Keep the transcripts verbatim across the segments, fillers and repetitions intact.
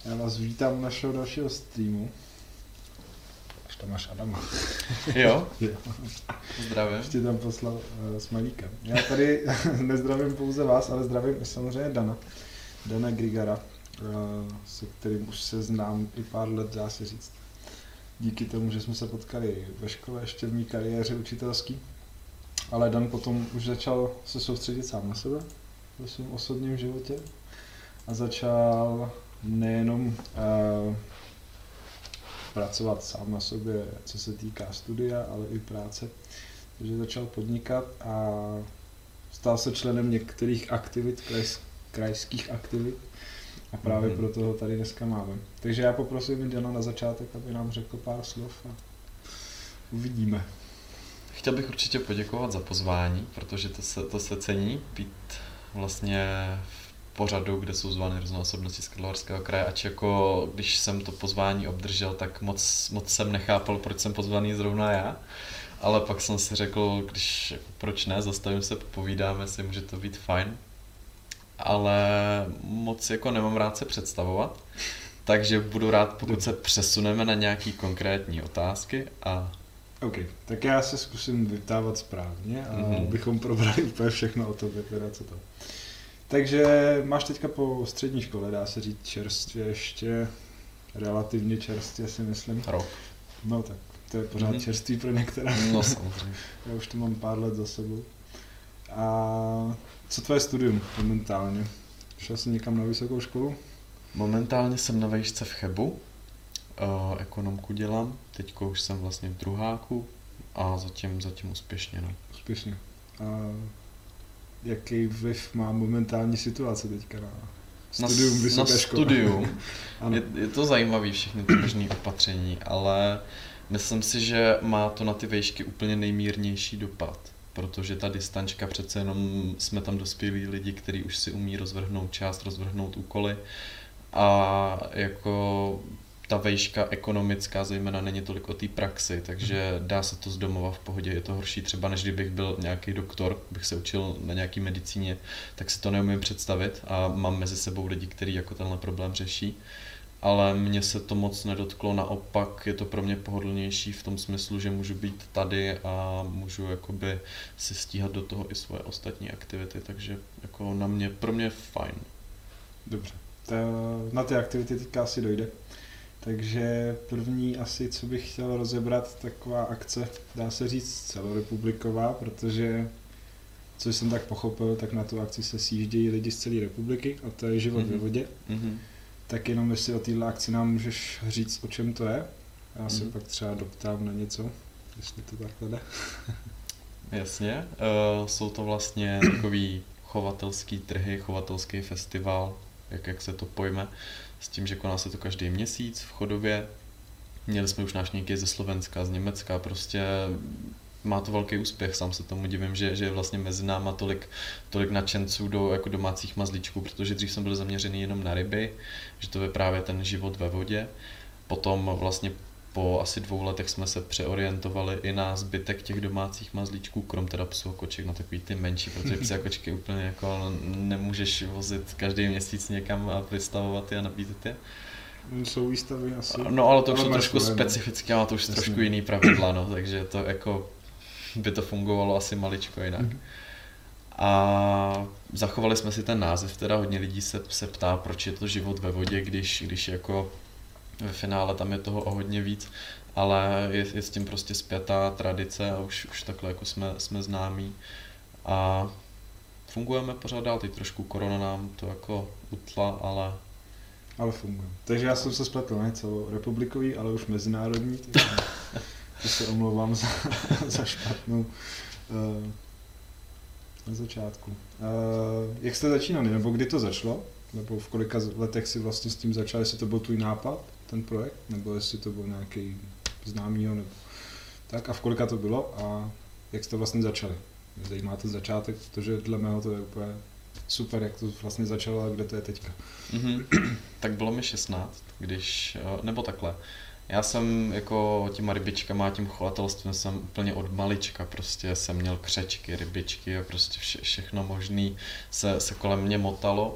Já vás vítám u našeho dalšího streamu. Až tam máš Adama. Jo? Jo. Zdravím. Ještě tam poslal uh, smajlíka. Já tady nezdravím pouze vás, ale zdravím i samozřejmě Dana. Dana Grigara, uh, se kterým už se znám i pár let, dá se říct. Díky tomu, že jsme se potkali ve škole ještě v mý kariéře učitelský. Ale Dan potom už začal se soustředit sám na sebe ve svém osobním životě a začal nejenom uh, pracovat sám na sobě, co se týká studia, ale i práce. Takže začal podnikat a stal se členem některých aktivit, krajs, krajských aktivit a právě mm-hmm. proto ho tady dneska máme. Takže já poprosím Dana na začátek, aby nám řekl pár slov a uvidíme. Chtěl bych určitě poděkovat za pozvání, protože to se, to se cení být vlastně v pořadu, kde jsou zvány různé osobnosti z Karlovarského kraje, ač jako když jsem to pozvání obdržel, tak moc, moc jsem nechápal, proč jsem pozvaný zrovna já, ale pak jsem si řekl, když proč ne, zastavím se, povídáme si, může to být fajn, ale moc jako nemám rád se představovat, takže budu rád, pokud se přesuneme na nějaký konkrétní otázky a OK, tak já se zkusím vyptávat správně a mm-hmm. bychom probrali úplně všechno o tobě, teda co to. Takže máš teďka po střední škole, dá se říct čerstvě, ještě relativně čerstvě si myslím. Rok. No tak, to je pořád mm-hmm. čerstvý pro některé. No samozřejmě. Já už to mám pár let za sebou. A co tvoje studium momentálně? Šel jsi někam na vysokou školu? Momentálně jsem na vejšce v Chebu. Uh, ekonomku dělám, teďko už jsem vlastně v druháku a zatím, zatím úspěšně. No. Úspěšně. A jaký vliv má momentální situace teďka na studium vysoké na školy? Studium. je, je to zajímavé všechny ty možné opatření, ale myslím si, že má to na ty vejšky úplně nejmírnější dopad, protože ta distančka přece jenom jsme tam dospělí lidi, kteří už si umí rozvrhnout část, rozvrhnout úkoly a jako ta vejška ekonomická zejména není tolik o té praxi, takže dá se to z domova v pohodě. Je to horší třeba, než kdybych byl nějaký doktor, bych se učil na nějaký medicíně, tak si to neumím představit a mám mezi sebou lidi, kteří jako tenhle problém řeší. Ale mně se to moc nedotklo, naopak je to pro mě pohodlnější v tom smyslu, že můžu být tady a můžu jakoby si stíhat do toho i svoje ostatní aktivity, takže jako na mě, pro mě fajn. Dobře, Ta, na ty aktivity teďka asi dojde. Takže první asi, co bych chtěl rozebrat, taková akce, dá se říct celorepubliková, protože, co jsem tak pochopil, tak na tu akci se sjíždějí lidi z celé republiky a to je Život mm-hmm. ve vodě. Mm-hmm. Tak jenom jestli o této akci nám můžeš říct, o čem to je. Já se mm-hmm. pak třeba doptám na něco, jestli to takhle jde. Jasně, uh, jsou to vlastně takový chovatelský trhy, chovatelský festival, jak, jak se to pojme. S tím, že koná se to každý měsíc v Chodově. Měli jsme už návštěvníky ze Slovenska, z Německa, prostě má to velký úspěch, sám se tomu divím, že, že je vlastně mezi náma tolik, tolik nadšenců do jako domácích mazlíčků, protože dřív jsem byl zaměřený jenom na ryby, že to je právě ten život ve vodě. Potom vlastně po asi dvou letech jsme se přeorientovali i na zbytek těch domácích mazlíčků, krom teda psů a koček, na takový ty menší, protože psy a kočky úplně jako nemůžeš vozit každý měsíc někam a vystavovat je a nabízet je. Jsou výstavy asi. No ale to už je trošku specifické, má to už Jasně. trošku jiný pravidla, no, takže to jako by to fungovalo asi maličko jinak. Mm-hmm. A zachovali jsme si ten název, teda hodně lidí se, se ptá, proč je to život ve vodě, když, když jako ve finále tam je toho o hodně víc, ale je, je s tím prostě spjatá tradice a už, už takhle jako jsme, jsme známí a fungujeme pořád dál, teď trošku korona nám to jako utla, ale... Ale funguje. Takže já jsem se spletl, ne celorepublikový, ale už mezinárodní, takže to se omlouvám za, za špatnou uh, na začátku. Uh, jak jste začínali, nebo kdy to začalo? Nebo v kolika letech si vlastně s tím začal, jestli to byl tvůj nápad, ten projekt, nebo jestli to byl nějaký známýho, nebo tak, a v kolika to bylo a jak jste vlastně začali? Mě zajímá ten začátek, protože dle mého to je úplně super, jak to vlastně začalo a kde to je teďka. Mm-hmm. Tak bylo mi šestnáct, když, nebo takhle, já jsem jako těma rybičkama a tím chovatelstvím jsem úplně od malička, prostě jsem měl křečky, rybičky a prostě vše, všechno možný se, se kolem mě motalo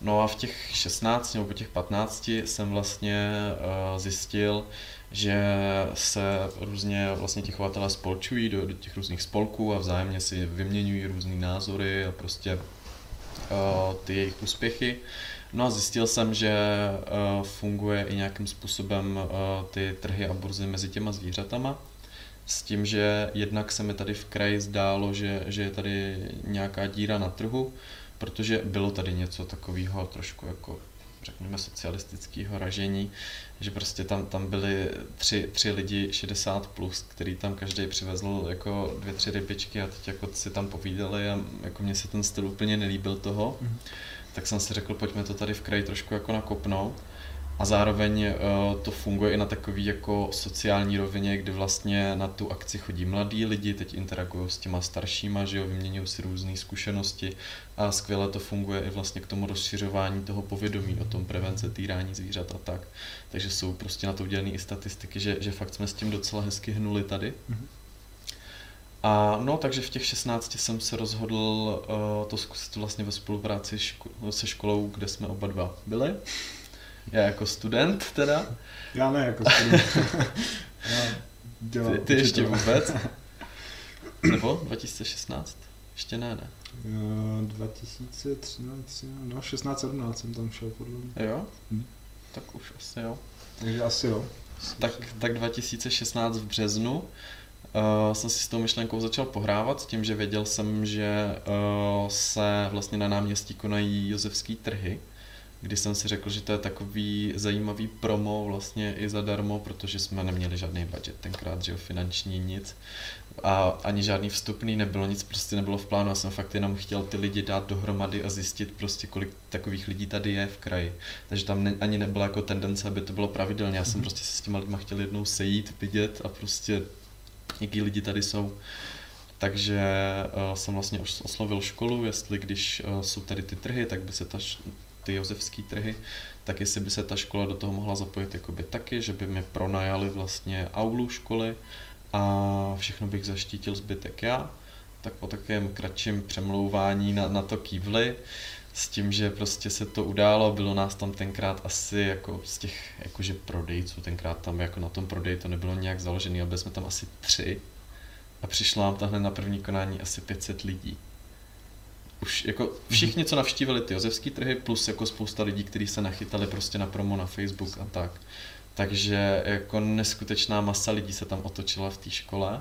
No a v těch šestnácti nebo po těch patnácti jsem vlastně uh, zjistil, že se různě vlastně ti chovatelé spolčují do, do těch různých spolků a vzájemně si vyměňují různý názory a prostě uh, ty jejich úspěchy. No a zjistil jsem, že uh, funguje i nějakým způsobem uh, ty trhy a burzy mezi těma zvířatama. S tím, že jednak se mi tady v kraji zdálo, že, že je tady nějaká díra na trhu, protože bylo tady něco takového trošku jako, řekněme, socialistického ražení, že prostě tam, tam byli tři, tři lidi šedesát plus, který tam každý přivezl jako dvě, tři rybičky a teď jako si tam povídali a jako mně se ten styl úplně nelíbil toho, mm. tak jsem si řekl, pojďme to tady v kraji trošku jako nakopnout. A zároveň uh, to funguje i na takový jako sociální rovině, kdy vlastně na tu akci chodí mladí lidi, teď interagují s těma staršíma, že jo, vyměňují si různé zkušenosti a skvěle to funguje i vlastně k tomu rozšiřování toho povědomí o tom prevence týrání zvířat a tak. Takže jsou prostě na to udělané i statistiky, že, že fakt jsme s tím docela hezky hnuli tady. Mm-hmm. A no, takže v těch šestnácti jsem se rozhodl uh, to zkusit vlastně ve spolupráci ško- se školou, kde jsme oba dva byli. Já jako student teda. Já ne jako student. Já dělám ty, ty ještě vůbec? Nebo dva tisíce šestnáct? Ještě ne, ne? dva tisíce třináct, no šestnáct sedmnáct jsem tam šel podle mě. Jo? Hm. Tak už asi jo. Takže asi jo. Tak, tak dva tisíce šestnáct v březnu uh, jsem si s tou myšlenkou začal pohrávat s tím, že věděl jsem, že uh, se vlastně na náměstí konají josefský trhy, kdy jsem si řekl, že to je takový zajímavý promo vlastně i zadarmo, protože jsme neměli žádný budget tenkrát, že jo, finanční nic a ani žádný vstupný nebylo, nic prostě nebylo v plánu, já jsem fakt jenom chtěl ty lidi dát dohromady a zjistit prostě, kolik takových lidí tady je v kraji. Takže tam ne, ani nebyla jako tendence, aby to bylo pravidelně, já jsem mm-hmm. prostě se s těma lidma chtěl jednou sejít, vidět a prostě jaký lidi tady jsou. Takže uh, jsem vlastně oslovil školu, jestli když uh, jsou tady ty trhy, tak by se ta ty josefský trhy, tak jestli by se ta škola do toho mohla zapojit jakoby taky, že by mi pronajali vlastně aulu školy a všechno bych zaštítil zbytek já, tak po takovém kratším přemlouvání na, na to kývli, s tím, že prostě se to událo, bylo nás tam tenkrát asi jako z těch jakože prodejců, tenkrát tam jako na tom prodeji to nebylo nějak založený, ale byli jsme tam asi tři a přišlo nám tahle na první konání asi pět set lidí. Už jako všichni, co navštívili ty josefský trhy, plus jako spousta lidí, kteří se nachytali prostě na promo na Facebook a tak. Takže jako neskutečná masa lidí se tam otočila v té škole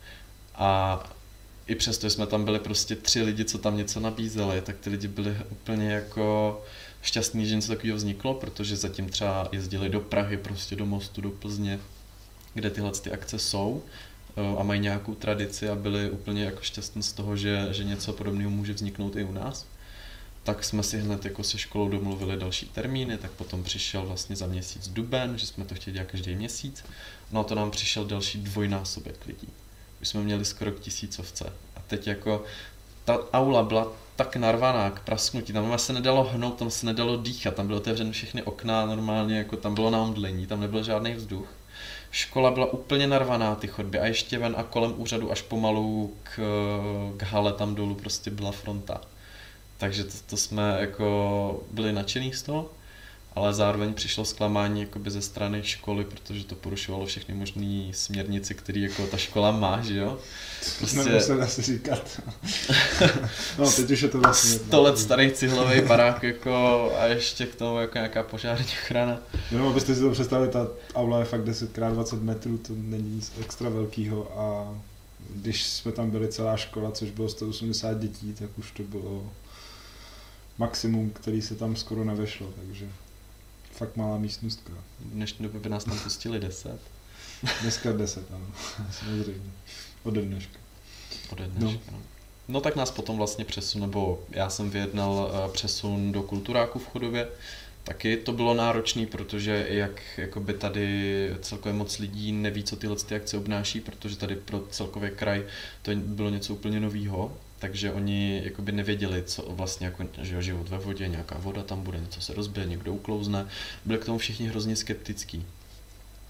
a i přesto, že jsme tam byli prostě tři lidi, co tam něco nabízeli, tak ty lidi byli úplně jako šťastní, že něco takového vzniklo, protože zatím třeba jezdili do Prahy, prostě do Mostu, do Plzně, kde tyhle ty akce jsou a mají nějakou tradici a byli úplně jako šťastní z toho, že, že něco podobného může vzniknout i u nás. Tak jsme si hned jako se školou domluvili další termíny, tak potom přišel vlastně za měsíc duben, že jsme to chtěli dělat každý měsíc. No a to nám přišel další dvojnásobek lidí. My jsme měli skoro k tisícovce. A teď jako ta aula byla tak narvaná k prasknutí, tam se nedalo hnout, tam se nedalo dýchat, tam bylo otevřené všechny okna normálně, jako tam bylo na omdlení, tam nebyl žádný vzduch. Škola byla úplně narvaná, ty chodby, a ještě ven a kolem úřadu až pomalu k, k hale tam dolů prostě byla fronta. Takže to, to jsme jako byli nadšený z toho, ale zároveň přišlo zklamání jakoby ze strany školy, protože to porušovalo všechny možné směrnice, které jako ta škola má, že jo? Prostě... Nemusel asi říkat. No, teď už je to vlastně sto let starý cihlový barák jako a ještě k tomu jako nějaká požární ochrana. Jenom abyste si to představili, ta aula je fakt deset krát dvacet metrů, to není nic extra velkýho a když jsme tam byli celá škola, což bylo sto osmdesát dětí, tak už to bylo maximum, který se tam skoro nevešlo, takže fakt malá místnostka. V dnešní době by nás tam pustili deset. Dneska deset, ano, samozřejmě. Ode dneška. Ode dneška, no. No tak nás potom vlastně přesun, nebo já jsem vyjednal přesun do Kulturáku v Chodově. Taky to bylo náročné, protože jak jakoby tady celkově moc lidí neví, co tyhle ty akce obnáší, protože tady pro celkově kraj to bylo něco úplně novýho. Takže oni jakoby nevěděli, co vlastně jako, že život ve vodě, nějaká voda tam bude, něco se rozbije, někdo uklouzne. Byli k tomu všichni hrozně skeptický.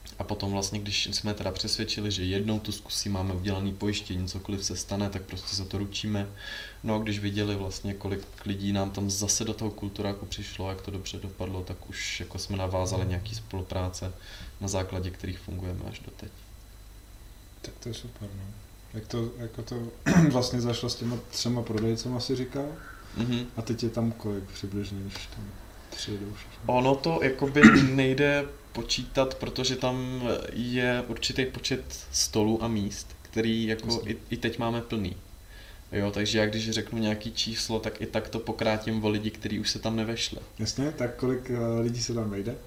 A potom vlastně, když jsme teda přesvědčili, že jednou tu zkusí, máme udělaný pojištění, cokoliv se stane, tak prostě za to ručíme. No a když viděli vlastně, kolik lidí nám tam zase do toho kulturáku přišlo, jak to dobře dopadlo, tak už jako jsme navázali nějaký spolupráce, na základě kterých fungujeme až doteď. Tak to je super, no. Jak to, jako to vlastně zašlo s těma třema prodejcema, si říkal? Mm-hmm. A teď je tam kolik přibližně, když tam přijedou všichni? Ono to jakoby nejde počítat, protože tam je určitý počet stolů a míst, který jako i, i teď máme plný. Jo, takže já když řeknu nějaký číslo, tak i tak to pokrátím o lidi, kteří už se tam nevešli. Jasně, tak kolik uh, lidí se tam vejde?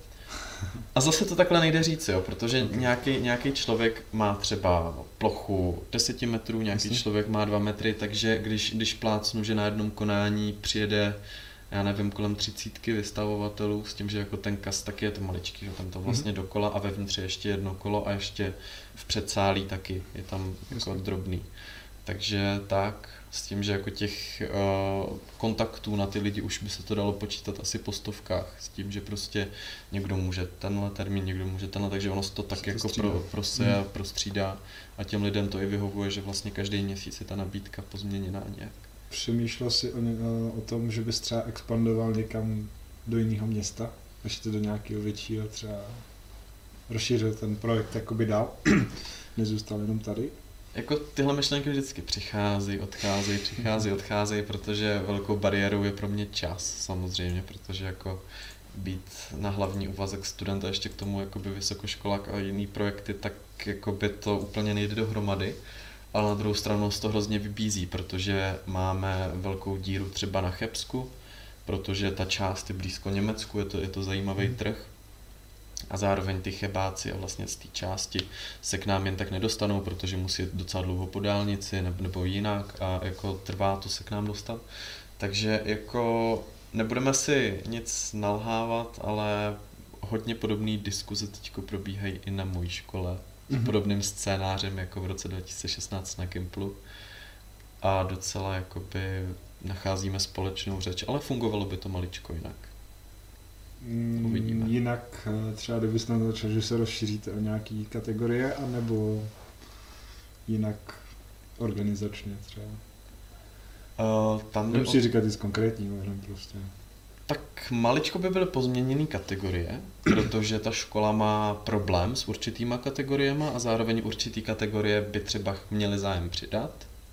A zase to takhle nejde říct, jo, protože Okay. nějaký, nějaký člověk má třeba plochu deset metrů, nějaký Jasně. člověk má dva metry, takže když, když plácnu, že na jednom konání přijede, já nevím, kolem třicítky vystavovatelů, s tím, že jako ten kas taky je to maličký, že tam to vlastně mm-hmm. dokola a vevnitř je ještě jedno kolo a ještě v předsálí taky je tam jako drobný. Takže tak, s tím, že jako těch uh, kontaktů na ty lidi už by se to dalo počítat asi po stovkách, s tím, že prostě někdo může tenhle termín, někdo může tenhle, takže ono se to tak se jako to pro, proseje, hmm. prostřídá a těm lidem to i vyhovuje, že vlastně každý měsíc je ta nabídka pozměněná nějak. Přemýšlel jsi o, o tom, že bys třeba expandoval někam do jiného města, ještě do nějakého většího, třeba rozšířil ten projekt jakoby dál, nezůstal jenom tady? Jako tyhle myšlenky vždycky přicházejí, odcházejí, přicházejí, odcházejí, protože velkou bariérou je pro mě čas samozřejmě, protože jako být na hlavní úvazek studenta ještě k tomu jakoby vysokoškolák a jiný projekty, tak jakoby to úplně nejde dohromady, ale na druhou stranu z toho hrozně vybízí, protože máme velkou díru třeba na Chebsku, protože ta část je blízko Německu, je to, je to zajímavý trh. A zároveň ty chebáci a vlastně z té části se k nám jen tak nedostanou, protože musí jít docela dlouho po dálnici nebo jinak a jako trvá to se k nám dostat. Takže jako nebudeme si nic nalhávat, ale hodně podobné diskuze teďko probíhají i na mojí škole. Mm-hmm. Podobným scénářem jako v roce dva tisíce šestnáct na Gimplu. A docela jakoby nacházíme společnou řeč, ale fungovalo by to maličko jinak. Uvidíme. Jinak třeba kdybys nám začal, že se rozšíříte o nějaký kategorie, anebo jinak organizačně třeba? Uh, tam Nemusíš o... říkat nic konkrétního, prostě. Tak maličko by byly pozměněné kategorie, protože ta škola má problém s určitýma kategoriemi a zároveň určitý kategorie by třeba měly zájem přidat.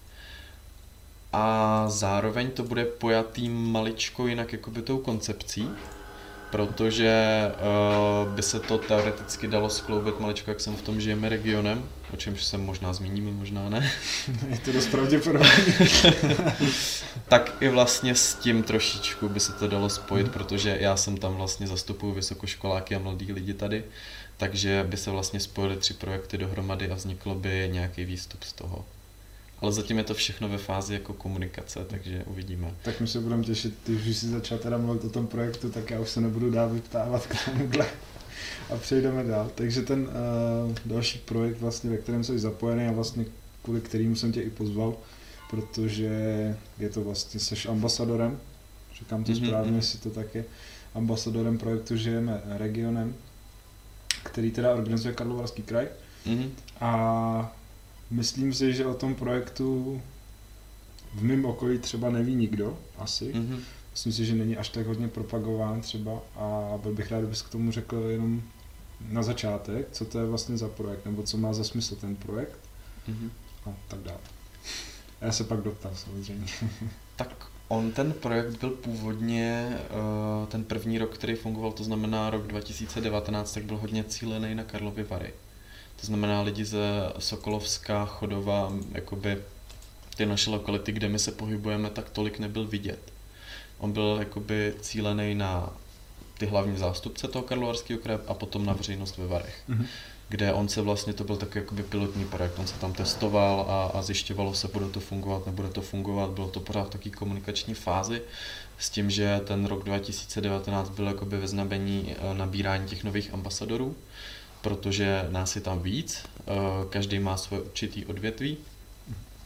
A zároveň to bude pojatý maličko jinak jakoby tou koncepcí, protože uh, by se to teoreticky dalo skloubit maličko, jak jsem v tom žijeme regionem, o čemž se možná zmíníme, možná ne. Je to dost pravděpodobné. Tak i vlastně s tím trošičku by se to dalo spojit, protože já jsem tam vlastně zastupuju vysokoškoláky a mladí lidi tady, takže by se vlastně spojily tři projekty dohromady a vzniklo by nějaký výstup z toho. Ale zatím je to všechno ve fázi jako komunikace, takže uvidíme. Tak my se budeme těšit, ty už jsi začal teda mluvit o tom projektu, tak já už se nebudu dál vyptávat k tomuhle a přejdeme dál. Takže ten uh, další projekt, vlastně, ve kterém jsi zapojený a vlastně kvůli kterému jsem tě i pozval, protože je to vlastně, seš ambasadorem, říkám to mm-hmm. správně, jestli to tak je, ambasadorem projektu Žijeme regionem, který teda organizuje Karlovarský kraj. Mm-hmm. A myslím si, že o tom projektu v mém okolí třeba neví nikdo, asi. Mm-hmm. Myslím si, že není až tak hodně propagován třeba a byl bych rád, kdybys k tomu řekl jenom na začátek, co to je vlastně za projekt, nebo co má za smysl ten projekt mm-hmm. a tak dále. A já se pak doptám samozřejmě. Tak on ten projekt byl původně, ten první rok, který fungoval, to znamená rok dva tisíce devatenáct, tak byl hodně cílený na Karlovy Vary. To znamená lidi ze Sokolovska, Chodova, jakoby ty naše lokality, kde my se pohybujeme, tak tolik nebyl vidět. On byl jakoby cílený na ty hlavní zástupce toho Karlovarského kraje a potom na veřejnost ve Varech, mm-hmm. kde on se vlastně, to byl takový jakoby pilotní projekt, on se tam testoval a, a zjišťovalo se, bude to fungovat, nebude to fungovat, bylo to pořád v takové komunikační fázi, s tím, že ten rok dva tisíce devatenáct byl jakoby ve znamení nabírání těch nových ambasadorů, protože nás je tam víc, každý má svoje určitý odvětví.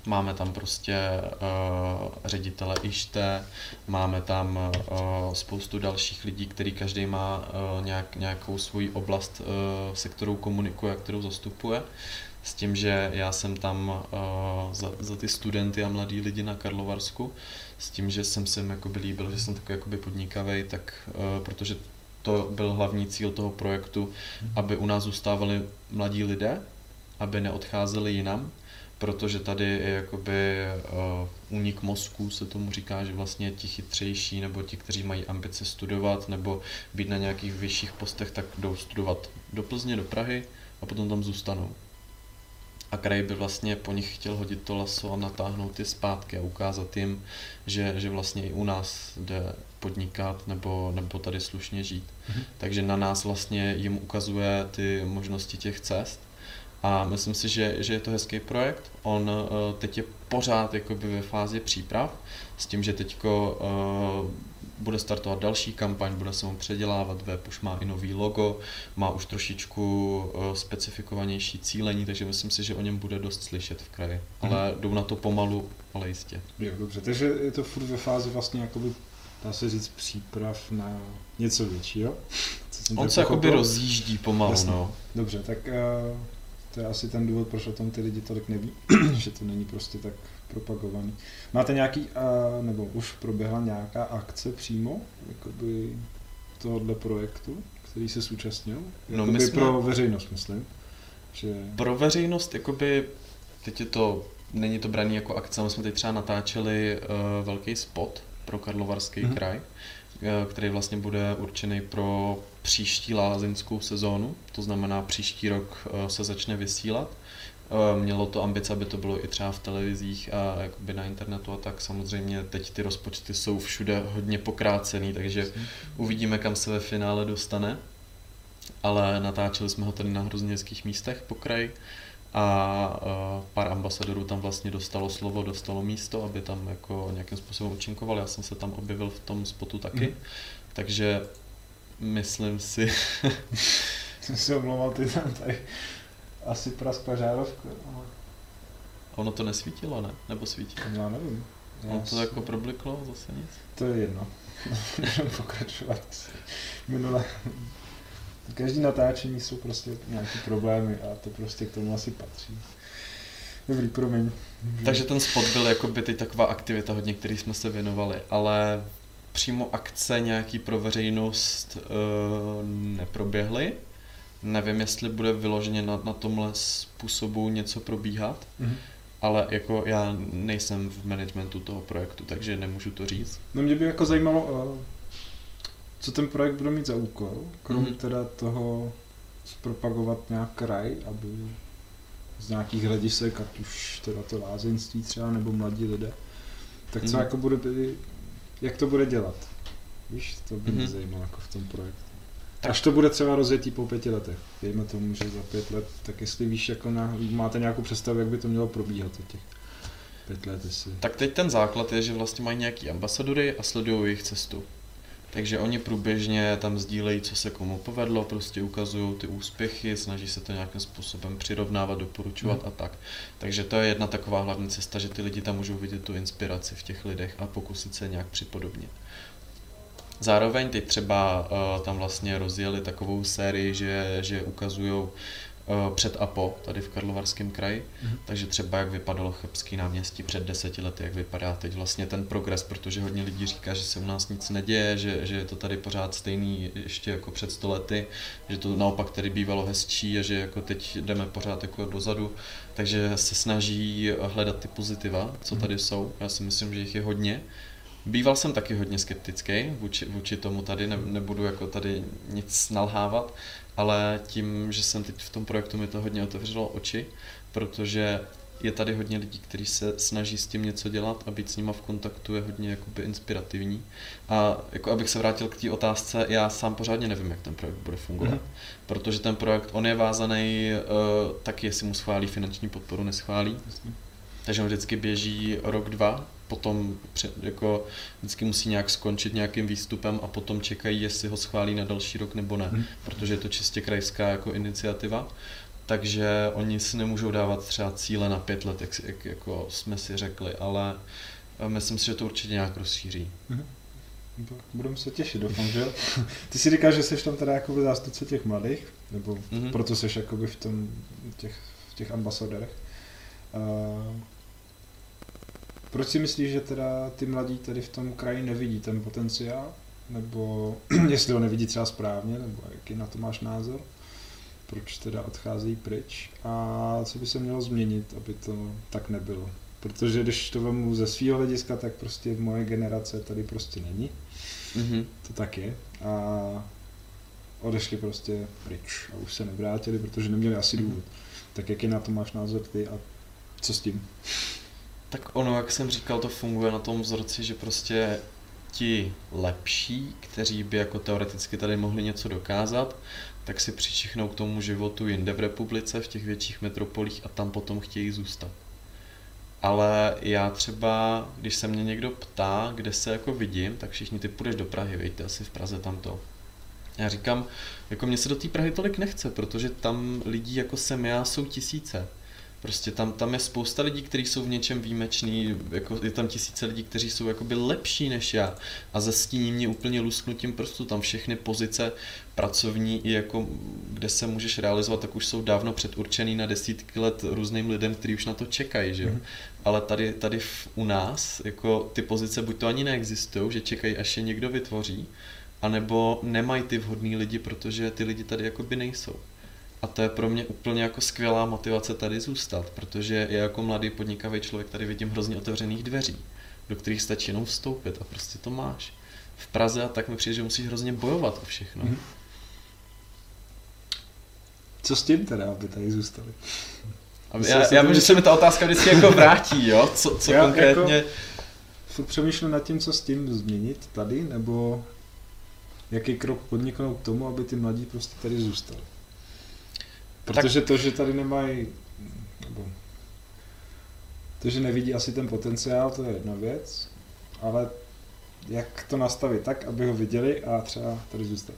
máme tam prostě uh, ředitele Ište, máme tam uh, spoustu dalších lidí, který každý má uh, nějak, nějakou svoji oblast, uh, se kterou komunikuje a kterou zastupuje. S tím, že já jsem tam uh, za, za ty studenty a mladí lidi na Karlovarsku, s tím, že jsem se jim jakoby líbil, že jsem takový jakoby podnikavej, tak uh, protože to byl hlavní cíl toho projektu, aby u nás zůstávali mladí lidé, aby neodcházeli jinam, protože tady je jakoby uh, únik mozku, se tomu říká, že vlastně ti chytřejší nebo ti, kteří mají ambice studovat nebo být na nějakých vyšších postech, tak jdou studovat do Plzně, do Prahy a potom tam zůstanou. A kraj by vlastně po nich chtěl hodit to laso a natáhnout je zpátky a ukázat jim, že, že vlastně i u nás jde podnikat nebo, nebo tady slušně žít. Mhm. Takže na nás vlastně jim ukazuje ty možnosti těch cest. A myslím si, že, že je to hezký projekt. On uh, teď je pořád jakoby ve fázi příprav, s tím, že teďko uh, bude startovat další kampaň, bude se mu předělávat web, už má i nový logo, má už trošičku uh, specifikovanější cílení, takže myslím si, že o něm bude dost slyšet v kraji. Hmm. Ale jdou na to pomalu, ale jistě. Jo, dobře, takže je to furt ve fázi vlastně jakoby, dá se říct, příprav na něco většího? On se jakoby rozjíždí pomalu, jasně. No. Dobře, tak uh... to je asi ten důvod, proč o tom ty lidi tolik neví, že to není prostě tak propagovaný. Máte nějaký, uh, nebo už proběhla nějaká akce přímo, jakoby tohohle projektu, který se zúčastnil? No my jsme... pro veřejnost, myslím. Že... Pro veřejnost, jakoby, teď je to, není to braný jako akce, my jsme teď třeba natáčeli uh, velký spot pro Karlovarský mm-hmm. kraj, který vlastně bude určený pro příští lázeňskou sezónu, to znamená příští rok se začne vysílat. Mělo to ambice, aby to bylo i třeba v televizích a jakoby na internetu a tak. Samozřejmě teď ty rozpočty jsou všude hodně pokrácený, takže uvidíme, kam se ve finále dostane. Ale natáčeli jsme ho tady na hrozně hezkých místech po kraji a uh, pár ambasadorů tam vlastně dostalo slovo, dostalo místo, aby tam jako nějakým způsobem účinkovali. Já jsem se tam objevil v tom spotu taky, mm. takže myslím si... Jsem si omlouval, ty tam tady asi praskla žárovka. Ale... Ono to nesvítilo, ne? Nebo svítilo? Já nevím. Já ono to si... jako probliklo, zase nic? To je jedno. Můžeme pokračovat asi. Minule... Každý natáčení jsou prostě nějaké problémy a to prostě k tomu asi patří. Dobrý, promiň. Takže ten spot byl jakoby teď taková aktivita hodně, který jsme se věnovali, ale přímo akce nějaký pro veřejnost e, neproběhly. Nevím, jestli bude vyloženě na, na tomhle způsobu něco probíhat, mm-hmm. ale jako já nejsem v managementu toho projektu, takže nemůžu to říct. No mě by jako zajímalo, co ten projekt bude mít za úkol, krom mm-hmm. teda toho zpropagovat nějak kraj, aby z nějakých hledisek, ať už teda to lázeňství třeba, nebo mladí lidé, tak co mm-hmm. jako bude, jak to bude dělat? Víš, to by mě mm-hmm. zajímalo jako v tom projektu. Tak. Až to bude třeba rozjetý po pěti letech, dejme tomu, že za pět let, tak jestli víš, jako na, máte nějakou představu, jak by to mělo probíhat za těch pět let, jestli... Tak teď ten základ je, že vlastně mají nějaký ambasadory a sledují jejich cestu. Takže oni průběžně tam sdílejí, co se komu povedlo, prostě ukazují ty úspěchy, snaží se to nějakým způsobem přirovnávat, doporučovat mm. a tak. Takže to je jedna taková hlavní cesta, že ty lidi tam můžou vidět tu inspiraci v těch lidech a pokusit se nějak připodobnit. Zároveň teď třeba uh, tam vlastně rozjeli takovou sérii, že, že ukazují uh, před a po tady v Karlovarském kraji, mm. takže třeba jak vypadalo Chebský náměstí před deseti lety, jak vypadá teď vlastně ten progres, protože hodně lidí říká, že se u nás nic neděje, že, že je to tady pořád stejný ještě jako před sto lety, že to naopak tady bývalo hezčí a že jako teď jdeme pořád jako dozadu, takže se snaží hledat ty pozitiva, co tady mm. jsou. Já si myslím, že jich je hodně. Býval jsem taky hodně skeptický vůči, vůči tomu tady, ne, nebudu jako tady nic nalhávat, ale tím, že jsem teď v tom projektu, mi to hodně otevřelo oči, protože je tady hodně lidí, kteří se snaží s tím něco dělat a být s nima v kontaktu je hodně jakoby inspirativní. A jako abych se vrátil k té otázce, já sám pořádně nevím, jak ten projekt bude fungovat, mm. protože ten projekt, on je vázaný uh, taky, jestli mu schválí finanční podporu, neschválí. Jasně. Takže on vždycky běží rok, dva, potom jako vždycky musí nějak skončit nějakým výstupem a potom čekají, jestli ho schválí na další rok nebo ne, hmm. protože je to čistě krajská jako iniciativa. takže oni si nemůžou dávat třeba cíle na pět let, jak, jak jako jsme si řekli, ale myslím si, že to určitě nějak rozšíří. Mhm. Budeme se těšit, doufám, že jo. Ty si říkáš, že jsi tam teda jakoby zástupce těch mladých, nebo mm-hmm. proto jsi jakoby v, tom, těch, v těch ambasadorech. Uh, proč si myslíš, že teda ty mladí tady v tom kraji nevidí ten potenciál? Nebo jestli ho nevidí třeba správně, nebo jaký na to máš názor? Proč teda odcházejí pryč? A co by se mělo změnit, aby to tak nebylo? Protože když to vemu ze svého hlediska, tak prostě v moje generace tady prostě není. Mm-hmm. To tak je. A odešli prostě pryč a už se nevrátili, protože neměli asi důvod. Tak jaký na to máš názor ty a co s tím? Tak ono, jak jsem říkal, to funguje na tom vzorci, že prostě ti lepší, kteří by jako teoreticky tady mohli něco dokázat, tak si přičichnou k tomu životu jinde v republice, v těch větších metropolích a tam potom chtějí zůstat. Ale já třeba, když se mě někdo ptá, kde se jako vidím, tak všichni ty půjdeš do Prahy, vejte asi v Praze tamto. Já říkám, jako mně se do té Prahy tolik nechce, protože tam lidí jako jsem já jsou tisíce. Prostě tam, tam je spousta lidí, kteří jsou v něčem výjimeční, jako je tam tisíce lidí, kteří jsou jakoby lepší než já a zastíní mě úplně lusknutím prstu, tam všechny pozice pracovní i jako, kde se můžeš realizovat, tak už jsou dávno předurčený na desítky let různým lidem, kteří už na to čekají, že jo. Mm. Ale tady, tady v, u nás, jako ty pozice buď to ani neexistují, že čekají, až je někdo vytvoří, anebo nemají ty vhodný lidi, protože ty lidi tady jakoby nejsou. A to je pro mě úplně jako skvělá motivace tady zůstat, protože já jako mladý podnikavý člověk tady vidím hrozně otevřených dveří, do kterých stačí jenom vstoupit a prostě to máš. V Praze a tak mi přijde, že musíš hrozně bojovat o všechno. Mm. Co s tím teda, aby tady zůstali? Já, já vím, že se mi ta otázka vždycky jako vrátí, jo? Co, co já konkrétně... Jako, furt přemýšlím nad tím, co s tím změnit tady, nebo jaký krok podniknout k tomu, aby ty mladí prostě tady zůstali. Protože to, že tady nemají, nebo to, že nevidí asi ten potenciál, to je jedna věc, ale jak to nastavit tak, aby ho viděli a třeba tady zůstali.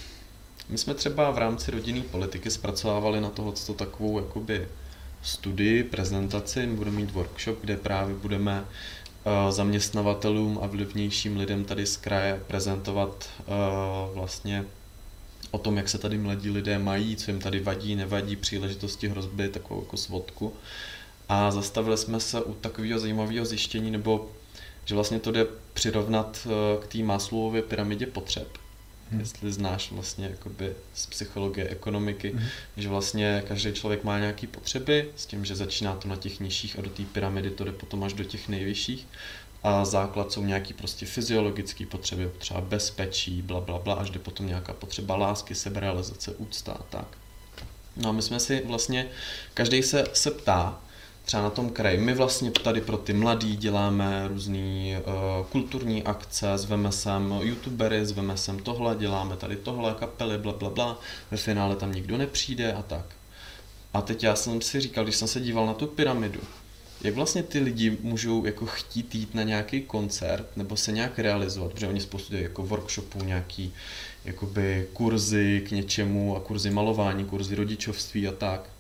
My jsme třeba v rámci rodinné politiky zpracovávali na tohoto takovou jakoby studii, prezentaci, my budeme mít workshop, kde právě budeme uh, zaměstnavatelům a vlivnějším lidem tady z kraje prezentovat uh, vlastně o tom, jak se tady mladí lidé mají, co jim tady vadí, nevadí, příležitosti, hrozby, takovou jako svodku. A zastavili jsme se u takového zajímavého zjištění, nebo že vlastně to jde přirovnat k té Maslowově pyramidě potřeb. Hmm. Jestli znáš vlastně jakoby z psychologie, ekonomiky, hmm. že vlastně každý člověk má nějaké potřeby, s tím, že začíná to na těch nižších a do té pyramidy to jde potom až do těch nejvyšších. A základ jsou nějaký prostě fyziologické potřeby, třeba bezpečí, bla, bla, bla, až jde potom nějaká potřeba lásky, seberealizace, úcta a tak. No a my jsme si vlastně, každý se, se ptá, třeba na tom kraji, my vlastně tady pro ty mladý děláme různý uh, kulturní akce, zveme sem youtubery, zveme sem tohle, děláme tady tohle, kapely, bla, bla, bla, ve finále tam nikdo nepřijde a tak. A teď já jsem si říkal, když jsem se díval na tu pyramidu, jak vlastně ty lidi můžou jako chtít jít na nějaký koncert nebo se nějak realizovat, protože oni spoustu dělají jako workshopů, nějaký jakoby kurzy k něčemu a kurzy malování, kurzy rodičovství a tak.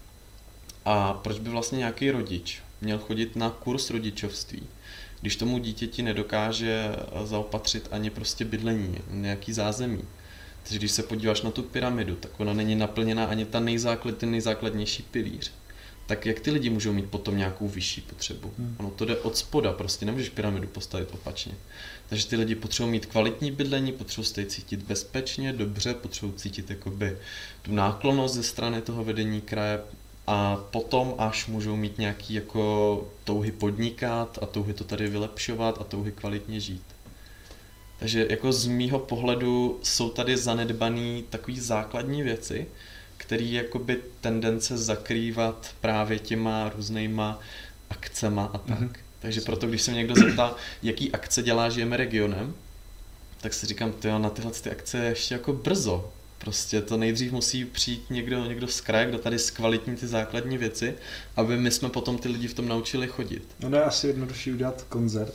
A proč by vlastně nějaký rodič měl chodit na kurz rodičovství, když tomu dítěti nedokáže zaopatřit ani prostě bydlení, nějaký zázemí. Takže když se podíváš na tu pyramidu, tak ona není naplněná ani ta nejzáklad, ten nejzákladnější pilíř. Tak jak ty lidi můžou mít potom nějakou vyšší potřebu? Hmm. Ono to jde od spoda, prostě nemůžeš pyramidu postavit opačně. Takže ty lidi potřebují mít kvalitní bydlení, potřebují se cítit bezpečně, dobře, potřebují cítit jakoby tu náklonnost ze strany toho vedení kraje a potom až můžou mít nějaký jako touhy podnikat a touhy to tady vylepšovat a touhy kvalitně žít. Takže jako z mýho pohledu jsou tady zanedbaný takový základní věci, který jakoby tendence zakrývat právě těma různýma akcema a tak. Mm-hmm. Takže proto, když se mě někdo zeptá, jaký akce dělá Žijeme regionem, tak si říkám, tyjo, na tyhle ty akce je ještě jako brzo. Prostě to nejdřív musí přijít někdo, někdo z kraje, kdo tady zkvalitní ty základní věci, aby my jsme potom ty lidi v tom naučili chodit. No je asi jednodušší udělat koncert,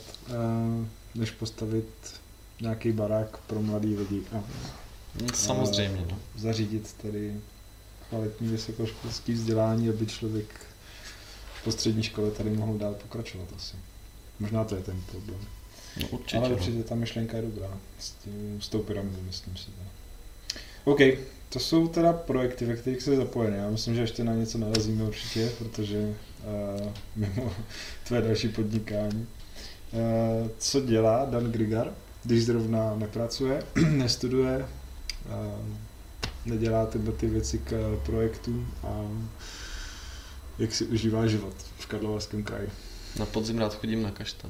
než postavit nějaký barák pro mladý lidi a samozřejmě, no. zařídit tady kvalitní vysokoškolský vzdělání, aby člověk po střední škole tady mohl dál pokračovat asi. Možná to je ten problém. No určitě. Ale určitě ta myšlenka je dobrá. S, tím, s tou pyramidou, myslím si. Teda. OK, to jsou teda projekty, ve kterých jsi zapojený. Já myslím, že ještě na něco narazíme určitě, protože uh, mimo tvé další podnikání. Uh, co dělá Dan Grigar, když zrovna nepracuje, nestuduje, uh, nedělá tyhle ty věci k projektům a jak si užívá život v Karlovarském kraji? Na podzim rád chodím na kaštan.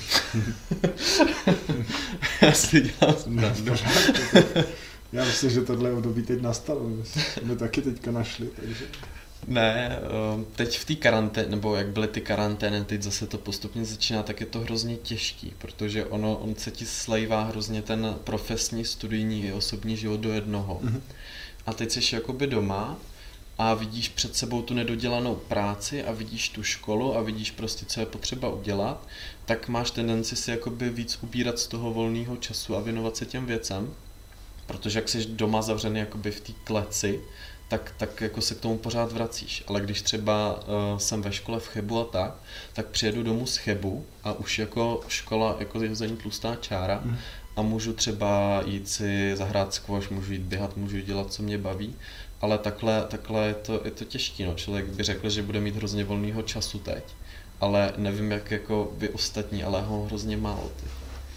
Já si dělám srandu. Já myslím, že tohle období teď nastalo. My taky teďka našli, takže... Ne, teď v té karanténě, nebo jak byly ty karantény, teď zase to postupně začíná, tak je to hrozně těžký, protože ono, on se ti slejvá hrozně ten profesní, studijní i osobní život do jednoho. Mm-hmm. A teď jsi jakoby doma a vidíš před sebou tu nedodělanou práci a vidíš tu školu a vidíš prostě, co je potřeba udělat, tak máš tendenci si jakoby víc ubírat z toho volného času a věnovat se těm věcem, protože jak jsi doma zavřený jakoby v té kleci, tak, tak jako se k tomu pořád vracíš. Ale když třeba uh, jsem ve škole v Chebu a tak, tak přijedu domů z Chebu a už jako škola jako je za ní tlustá čára mm. a můžu třeba jít si zahrát squash, můžu jít běhat, můžu dělat, co mě baví, ale takhle, takhle je to, je to těžký. No. Člověk by řekl, že bude mít hrozně volného času teď, ale nevím, jak jako vy ostatní, ale ho hrozně málo teď.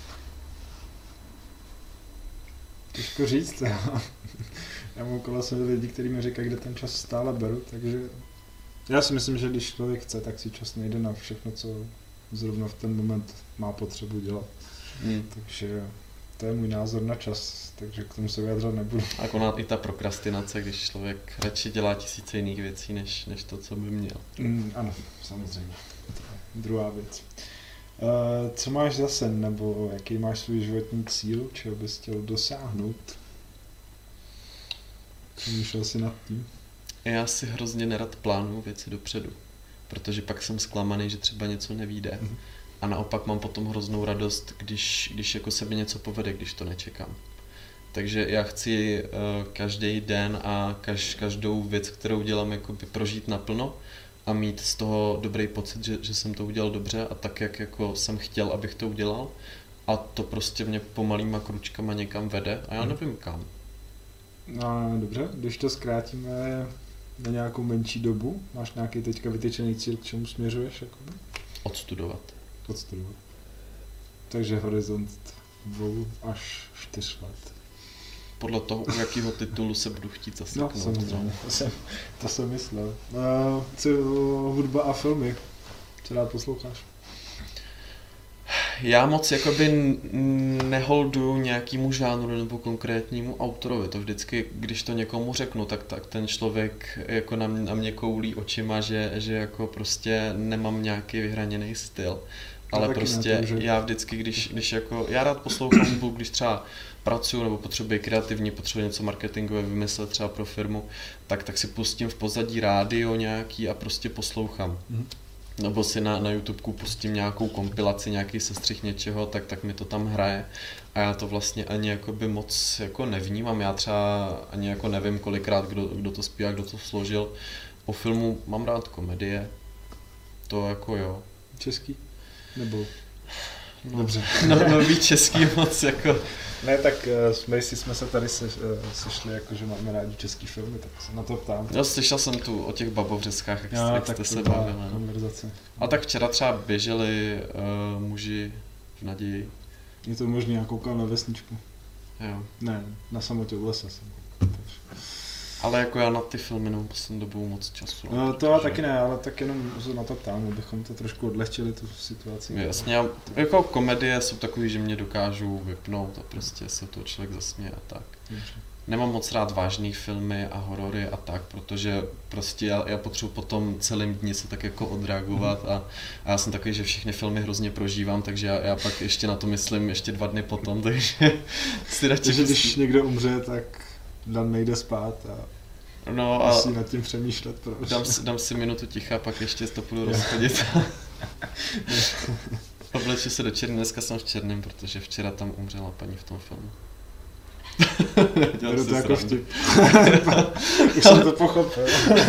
Těžko říct, já, já mám okolo sebe lidi, kteří mi říkají, kde ten čas stále beru, takže já si myslím, že když člověk chce, tak si čas nejde na všechno, co zrovna v ten moment má potřebu dělat. Hmm. Takže to je můj názor na čas, takže k tomu se vyjadřovat nebudu. A koná i ta prokrastinace, když člověk radši dělá tisíce jiných věcí, než, než to, co by měl. Mm, ano, samozřejmě. To je druhá věc. Uh, co máš za sen, nebo jaký máš svůj životní cíl, čeho bys chtěl dosáhnout? Přemýšlel jsi nad tím? Já si hrozně nerad plánuju věci dopředu, protože pak jsem zklamaný, že třeba něco nevyjde. Mm. A naopak mám potom hroznou radost, když, když jako se mi něco povede, když to nečekám. Takže já chci uh, každý den a kaž, každou věc, kterou dělám, jakoby prožít naplno a mít z toho dobrý pocit, že, že jsem to udělal dobře a tak, jak jako jsem chtěl, abych to udělal. A to prostě mě pomalýma kručkama někam vede a já nevím kam. No dobře, když to zkrátíme na nějakou menší dobu, máš nějaký teďka vytyčený cíl, k čemu směřuješ? Jakoby? Odstudovat. Odstudovat. Takže horizont dvou až čtyř let. Podle toho, u jakého titulu se budu chtít zaseknout. No, samozřejmě, to jsem, to jsem myslel. Uh, co hudba a filmy? Co rád posloucháš? Já moc jakoby neholduju nějakému žánru nebo konkrétnímu autorovi. To vždycky, když to někomu řeknu, tak, tak ten člověk jako na mě, na mě koulí očima, že, že jako prostě nemám nějaký vyhraněný styl. Ale no, prostě ne, to, že... já vždycky, když, když jako, já rád poslouchám hudbu, když třeba pracuju nebo potřebuji kreativní, potřebuji něco marketingové vymyslet třeba pro firmu, tak, tak si pustím v pozadí rádio nějaký a prostě poslouchám. Mm. Nebo si na, na YouTubeku pustím nějakou kompilaci, nějaký sestřih něčeho, tak, tak mi to tam hraje. A já to vlastně ani jakoby moc jako nevnímám. Já třeba ani jako nevím kolikrát, kdo, kdo to zpívá, kdo to složil. O filmu mám rád komedie. To jako jo. Český? Nebo... No, dobře. No, nový český moc jako... Ne, tak uh, my si jsme se tady se, uh, sešli, jako, že máme rádi český filmy, tak se na to ptám. Já slyšel jsem tu o těch babovřeskách, jak, já, jak jste se bavili. Konverzace. A tak včera třeba běželi uh, muži v naději. Je to možný, já koukal na Vesničku. Jo. Ne, na Samotě u lesa jsem. Ale jako já na ty filmy nemám poslední dobou moc času. No, to já taky ne, ale tak jenom se na to ptám, abychom to trošku odlehčili, tu situaci. Jasně, já, jako komedie jsou takový, že mě dokážou vypnout a prostě se toho člověk zasměje a tak. Dobře. Nemám moc rád vážný filmy a horory a tak, protože prostě já, já potřebuji potom celým dní se tak jako odreagovat a, a já jsem takový, že všechny filmy hrozně prožívám, takže já, já pak ještě na to myslím ještě dva dny potom, takže si radši... Takže když někdo umře, tak Dan nejde spát a no a musí nad tím přemýšlet. Proč. Dám, si, dám si minutu ticha a pak ještě to půjdu rozchodit. Obleču se do černý, dneska jsem v černém, protože včera tam umřela paní v tom filmu. Beru to jako vtip. Už jsem to pochopil.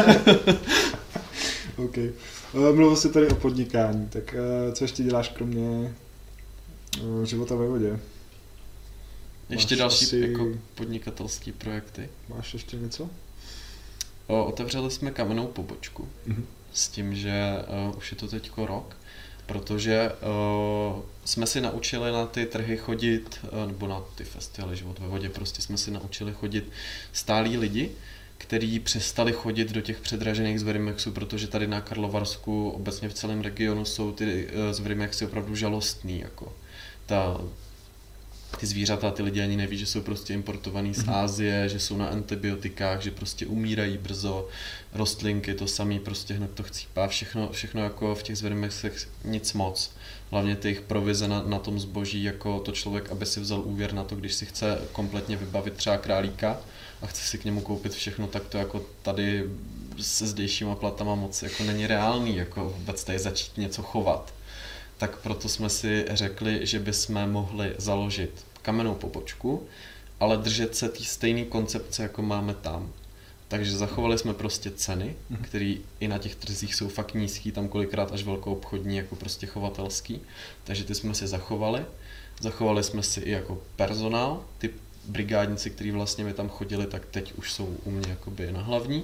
OK. Mluvil jsi tady o podnikání, tak co ještě děláš kromě života ve vodě? Ještě Máš další asi... jako podnikatelský projekty. Máš ještě něco? O, otevřeli jsme kamennou pobočku Mm-hmm. s tím, že uh, už je to teďko rok, protože uh, jsme si naučili na ty trhy chodit, uh, nebo na ty festivaly Život ve vodě, prostě jsme si naučili chodit stálí lidi, kteří přestali chodit do těch předražených Zverimexů, protože tady na Karlovarsku, obecně v celém regionu jsou ty uh, Zverimexy opravdu žalostný, jako ta ty zvířata, ty lidi ani neví, že jsou prostě importovaný z Asie, že jsou na antibiotikách, že prostě umírají brzo, rostlinky to samý, prostě hned to chcípá, všechno, všechno jako v těch Zverimexech nic moc. Hlavně ty jejich provize na, na tom zboží, jako to člověk, aby si vzal úvěr na to, když si chce kompletně vybavit třeba králíka a chce si k němu koupit všechno, tak to jako tady se zdejšíma platama moc jako není reálný, jako vůbec tady začít něco chovat. Tak proto jsme si řekli, že bychom mohli založit kamennou pobočku, ale držet se té stejné koncepce, jako máme tam. Takže zachovali jsme prostě ceny, které i na těch trzích jsou fakt nízký, tam kolikrát až velkoobchodní, jako prostě chovatelský. Takže ty jsme si zachovali. Zachovali jsme si i jako personál, ty brigádníci, kteří vlastně mi tam chodili, tak teď už jsou u mě jakoby na hlavní.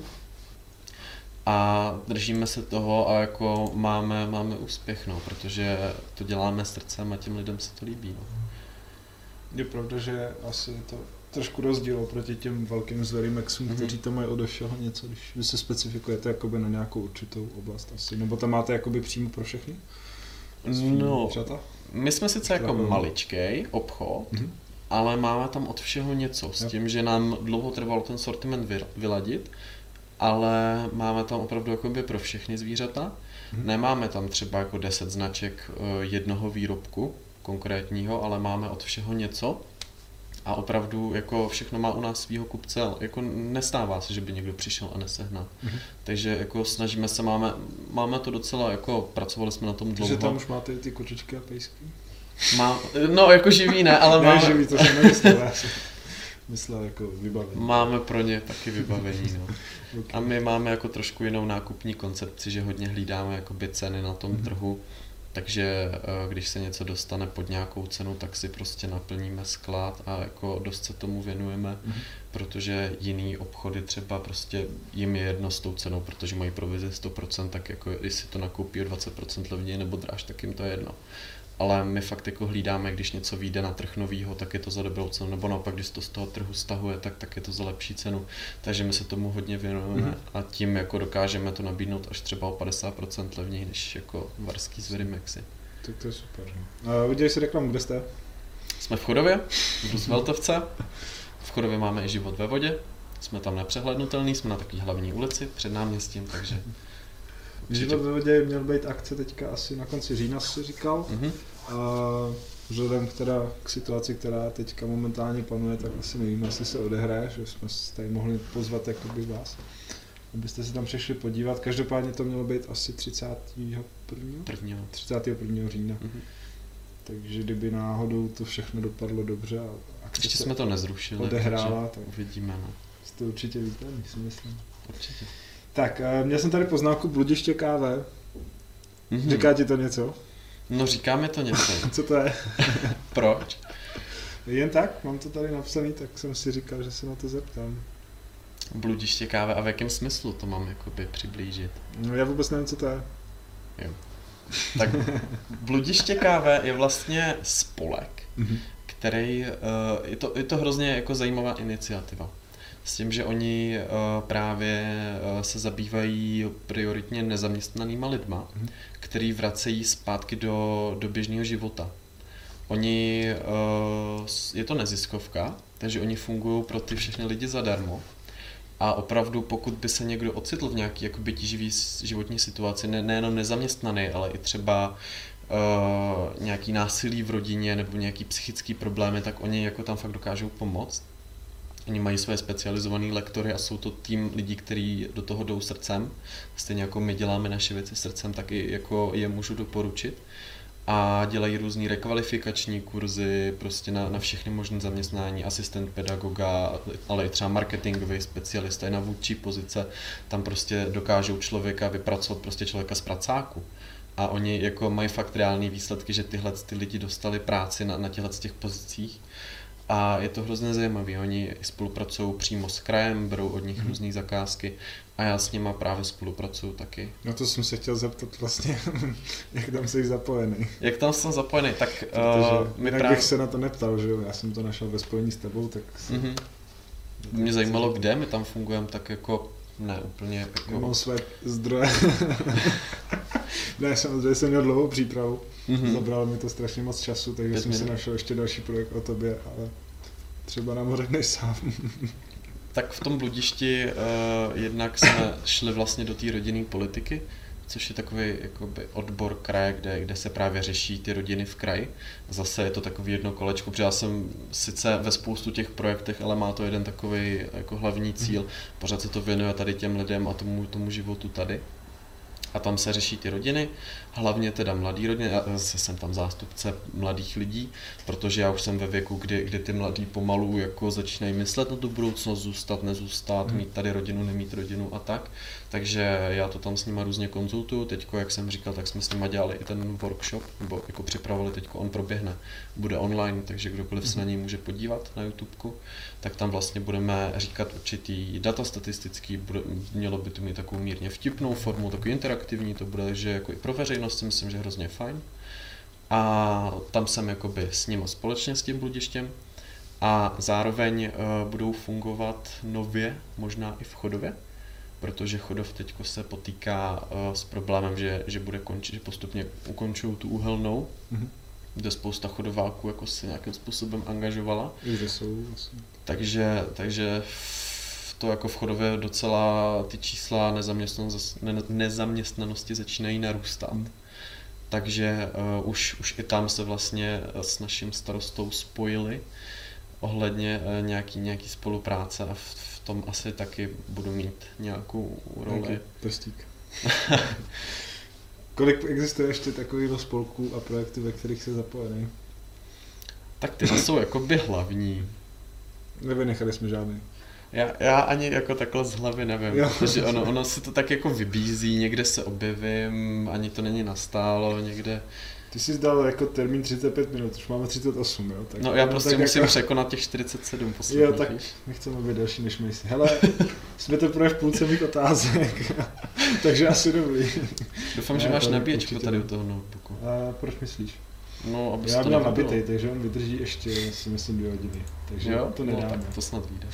A držíme se toho a jako máme, máme úspěch, no, protože to děláme srdcem a těm lidem se to líbí. No. Je pravda, že asi je to trošku rozdíl oproti těm velkým Zverimexům, mm-hmm. kteří to mají ode všeho něco, když vy se specifikujete jakoby na nějakou určitou oblast asi, nebo tam máte jakoby přímo pro všechny? No, my jsme sice jako maličkej obchod, mm-hmm. ale máme tam od všeho něco, s tím, že nám dlouho trvalo ten sortiment vyladit, ale máme tam opravdu jakoby pro všechny zvířata. Hmm. Nemáme tam třeba jako deset značek jednoho výrobku konkrétního, ale máme od všeho něco a opravdu jako všechno má u nás svýho kupce, jako nestává se, že by někdo přišel a nesehnal. Hmm. Takže jako snažíme se, máme, máme to docela, jako pracovali jsme na tom dlouho. Takže tam už máte ty kočičky a pejsky? Má, no jako živý ne, ale ne, máme... Ne, živý, to jsem nemyslel. Myslel jako vybavení. Máme pro ně taky vybavení, no. Okay. A my máme jako trošku jinou nákupní koncepci, že hodně hlídáme jakoby ceny na tom mm-hmm. trhu, takže když se něco dostane pod nějakou cenu, tak si prostě naplníme sklad a jako dost se tomu věnujeme, mm-hmm. protože jiný obchody třeba prostě jim je jedno s tou cenou, protože mají provizi sto procent, tak jako když si to nakoupí o dvacet procent levněji nebo dráž, tak jim to je jedno. Ale my fakt jako hlídáme, když něco vyjde na trh novýho, tak je to za dobrou cenu, nebo naopak, když to z toho trhu stahuje, tak, tak je to za lepší cenu. Takže my se tomu hodně věnujeme mm-hmm. a tím jako dokážeme to nabídnout až třeba o padesát procent levněji, než jako varský Zverimexy. Tak to je super. Uh, udělej si reklamu, kde jste? Jsme v Chodově, v Rooseveltovce. V Chodově máme i Život ve vodě. Jsme tam nepřehlednutelný, jsme na takové hlavní ulici před náměstím, takže... Život ve vodě měl být akce teďka asi na konci října, si říkal. Mm-hmm. A vzhledem teda k situaci, která teďka momentálně panuje, tak asi nevím, jestli se odehraje, že jsme tady mohli pozvat jakoby vás, abyste se tam přišli podívat. Každopádně to mělo být asi třicátého prvního třicátého prvního října. Mm-hmm. Takže kdyby náhodou to všechno dopadlo dobře a akce ještě jsme to nezrušili, odehrála, tak uvidíme. No. Jste určitě vítaný, si myslím. Určitě. Tak, měl jsem tady poznámku Bludiště ká vé. Mm-hmm. Říká ti to něco? No říká mi to něco. Co to je? Proč? Jen tak, mám to tady napsaný, tak jsem si říkal, že se na to zeptám. Bludiště ká vé a v jakém smyslu to mám jakoby přiblížit? No já vůbec nevím, co to je. Jo. Tak Bludiště ká vé je vlastně spolek, mm-hmm. který, je to, je to hrozně jako zajímavá iniciativa. S tím, že oni uh, právě uh, se zabývají prioritně nezaměstnanýma lidma, mm. který vracejí zpátky do, do běžného života. Oni, uh, je to neziskovka, takže oni fungují pro ty všechny lidi zadarmo. A opravdu, pokud by se někdo ocitl v nějaké jakoby tíživý životní situaci, ne, nejenom nezaměstnaný, ale i třeba uh, nějaký násilí v rodině nebo nějaký psychický problémy, tak oni jako tam fakt dokážou pomoct. Oni mají své specializované lektory a jsou to tým lidí, kteří do toho jdou srdcem. Stejně jako my děláme naše věci srdcem, tak i jako je můžu doporučit. a dělají různý rekvalifikační kurzy prostě na, na všechny možné zaměstnání, asistent pedagoga, ale i třeba marketingový specialista, i na vůdčí pozice, tam prostě dokážou člověka vypracovat prostě člověka z pracáku. A oni jako mají fakt reální výsledky, že tyhle ty lidi dostali práci na, na těchto těch pozicích. A je to hrozně zajímavé. Oni spolupracují přímo s krajem, berou od nich mm. různé zakázky a já s nima právě spolupracuju taky. No to jsem se chtěl zeptat vlastně, jak tam jsi zapojený. Jak tam jsem zapojený, tak uh, my jinak právě... bych se na to neptal, že jo, já jsem to našel ve spojení s tebou, tak... Mm-hmm. Mě zajímalo, kde my tam fungujeme, tak jako ne úplně jako... Mám své zdroje. Ne, samozřejmě jsem měl dlouhou přípravu, mm-hmm. zabralo mi to strašně moc času, takže Pět jsem minut. si našel ještě další projekt o tobě, ale třeba nám ho řekneš sám. Tak v tom Bludišti uh, jednak jsme šli vlastně do té rodinné politiky, což je takový jakoby odbor kraje, kde, kde se právě řeší ty rodiny v kraji. Zase je to takový jedno kolečko, protože já jsem sice ve spoustu těch projektech, ale má to jeden takový jako hlavní cíl. Pořád se to věnuje tady těm lidem a tomu, tomu životu tady. A tam se řeší ty rodiny, hlavně teda mladý rodiny, já zase jsem tam zástupce mladých lidí, protože já už jsem ve věku, kdy, kdy ty mladí pomalu jako začínají myslet na tu budoucnost, zůstat, nezůstat, mít tady rodinu, nemít rodinu a tak. Takže já to tam s nima různě konzultuju, teďko, jak jsem říkal, tak jsme s nima dělali i ten workshop, nebo jako připravovali, teďko on proběhne, bude online, takže kdokoliv se na něj může podívat na YouTubeku, tak tam vlastně budeme říkat určitý data statistický, bude, mělo by to mít takovou mírně vtipnou formu, takový interaktivní, to bude, že jako i pro veřejnost si myslím, že hrozně fajn. A tam jsem jakoby s nima společně s tím Bludištěm a zároveň uh, budou fungovat nově, možná i v Chodově, protože Chodov teďko se potýká uh, s problémem, že, že bude končit, že postupně ukončují tu uhelnou, mm-hmm. kde spousta chodováků jako se nějakým způsobem angažovala. Kde jsou vlastně. Takže, takže to jako v Chodově docela ty čísla nezaměstnanosti, ne, nezaměstnanosti začínají narůstat. Mm. Takže uh, už, už i tam se vlastně s naším starostou spojili ohledně uh, nějaký, nějaký spolupráce a v, v tom asi taky budu mít nějakou roli. Nějaký prstík. Kolik existuje ještě takových spolků a projektů, ve kterých se zapojený? Tak ty jsou jakoby hlavní. Nevynechali jsme žádný. Já, já ani jako takhle z hlavy nevím, jo. Protože ono, ono se to tak jako vybízí, někde se objevím, ani to není nastálo, někde... Ty jsi dal jako termín třicet pět minut, už máme třicet osm, jo? Tak no já prostě tak musím jako... překonat těch čtyřicet sedm posledních, Jo, tak nechceme být další než my si. Hele, jsme teprve v půlce mých otázek, takže asi dobrý. Doufám, ne, že máš nabíječku tady u toho notebooku. A proč myslíš? No, aby já mám nabitej, takže on vydrží ještě, si myslím, dvě hodiny. Takže jo? to nedáme. No, tak to snad vyjde.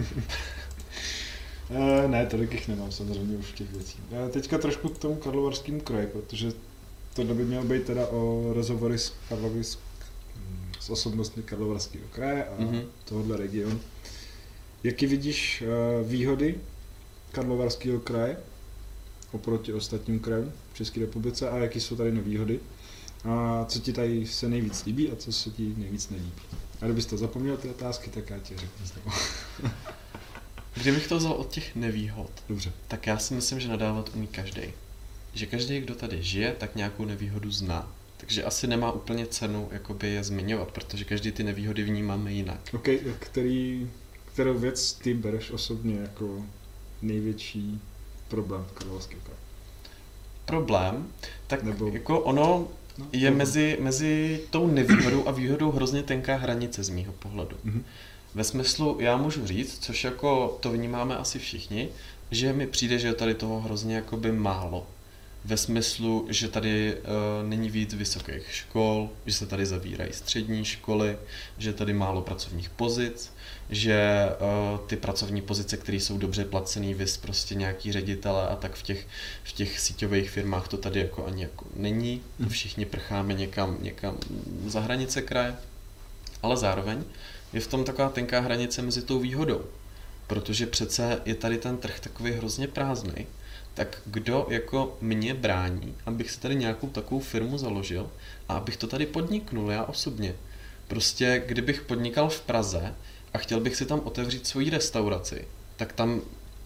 uh, ne, tolik jich nemám samozřejmě už těch věcí. Uh, teďka trošku k tomu Karlovarskému kraji, protože tohle by mělo být teda o rozhovory s, Karlovis, s osobnostmi Karlovarského kraje a mm-hmm. tohohle regionu. Jaký vidíš uh, výhody Karlovarského kraje oproti ostatním krajům v České republice a jaký jsou tady nevýhody? A co ti tady se nejvíc líbí a co se ti nejvíc nelíbí? A kdybys to zapomněl ty otázky, tak já ti řeknu znovu. Kdybych to vzal od těch nevýhod, Dobře. tak já si myslím, že nadávat umí každý. Že každý, kdo tady žije, tak nějakou nevýhodu zná. Takže asi nemá úplně cenu jakoby je zmiňovat, protože každý ty nevýhody vnímáme jinak. Ok, který, kterou věc ty bereš osobně jako největší problém Karlovarského kraje? Problém? Tak Nebo... jako ono no, je mezi, mezi tou nevýhodou a výhodou hrozně tenká hranice z mýho pohledu. Mm-hmm. Ve smyslu, já můžu říct, což jako to vnímáme asi všichni, že mi přijde, že je tady toho hrozně jakoby málo. Ve smyslu, že tady uh, není víc vysokých škol, že se tady zavírají střední školy, že je tady málo pracovních pozic, že uh, ty pracovní pozice, které jsou dobře placený, vys prostě nějaký ředitele a tak v těch, v těch síťových firmách to tady jako ani jako není. Všichni prcháme někam, někam za hranice kraje, ale zároveň je v tom taková tenká hranice mezi tou výhodou, protože přece je tady ten trh takový hrozně prázdnej. Tak kdo jako mě brání, abych si tady nějakou takovou firmu založil a abych to tady podniknul já osobně. Prostě kdybych podnikal v Praze a chtěl bych si tam otevřít svoji restauraci, tak tam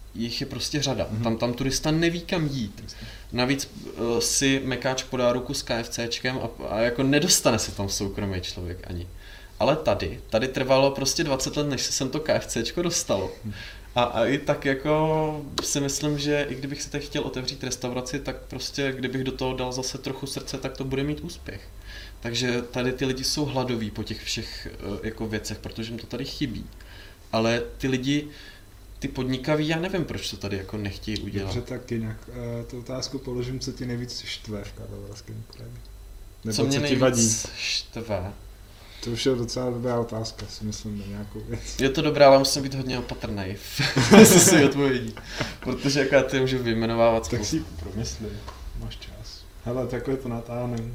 jich je prostě řada. Mm-hmm. Tam, tam turista neví kam jít. Jasně. Navíc uh, si mekáč podá ruku s KFCčkem a, a jako nedostane se tam soukromý člověk ani. Ale tady, tady trvalo prostě dvacet let, než se sem to KFCčko dostalo. A, a i tak jako si myslím, že i kdybych si teď chtěl otevřít restauraci, tak prostě kdybych do toho dal zase trochu srdce, tak to bude mít úspěch. Takže tady ty lidi jsou hladoví po těch všech jako věcech, protože jim to tady chybí. Ale ty lidi, ty podnikaví, já nevím, proč to tady jako nechtějí udělat. Dobře, tak jinak tu otázku položím, co ti nejvíc štve v Karlovarském kraji. Nebo co mě co nejvíc vadí? štve? To už je docela dobrá otázka, si myslím, na nějakou věc. Je to dobré, ale musím být hodně opatrný se si odpovědí. Protože jako já ty můžu vyjmenovávat tak si promysli, máš čas. Hele, takhle to natáhnem.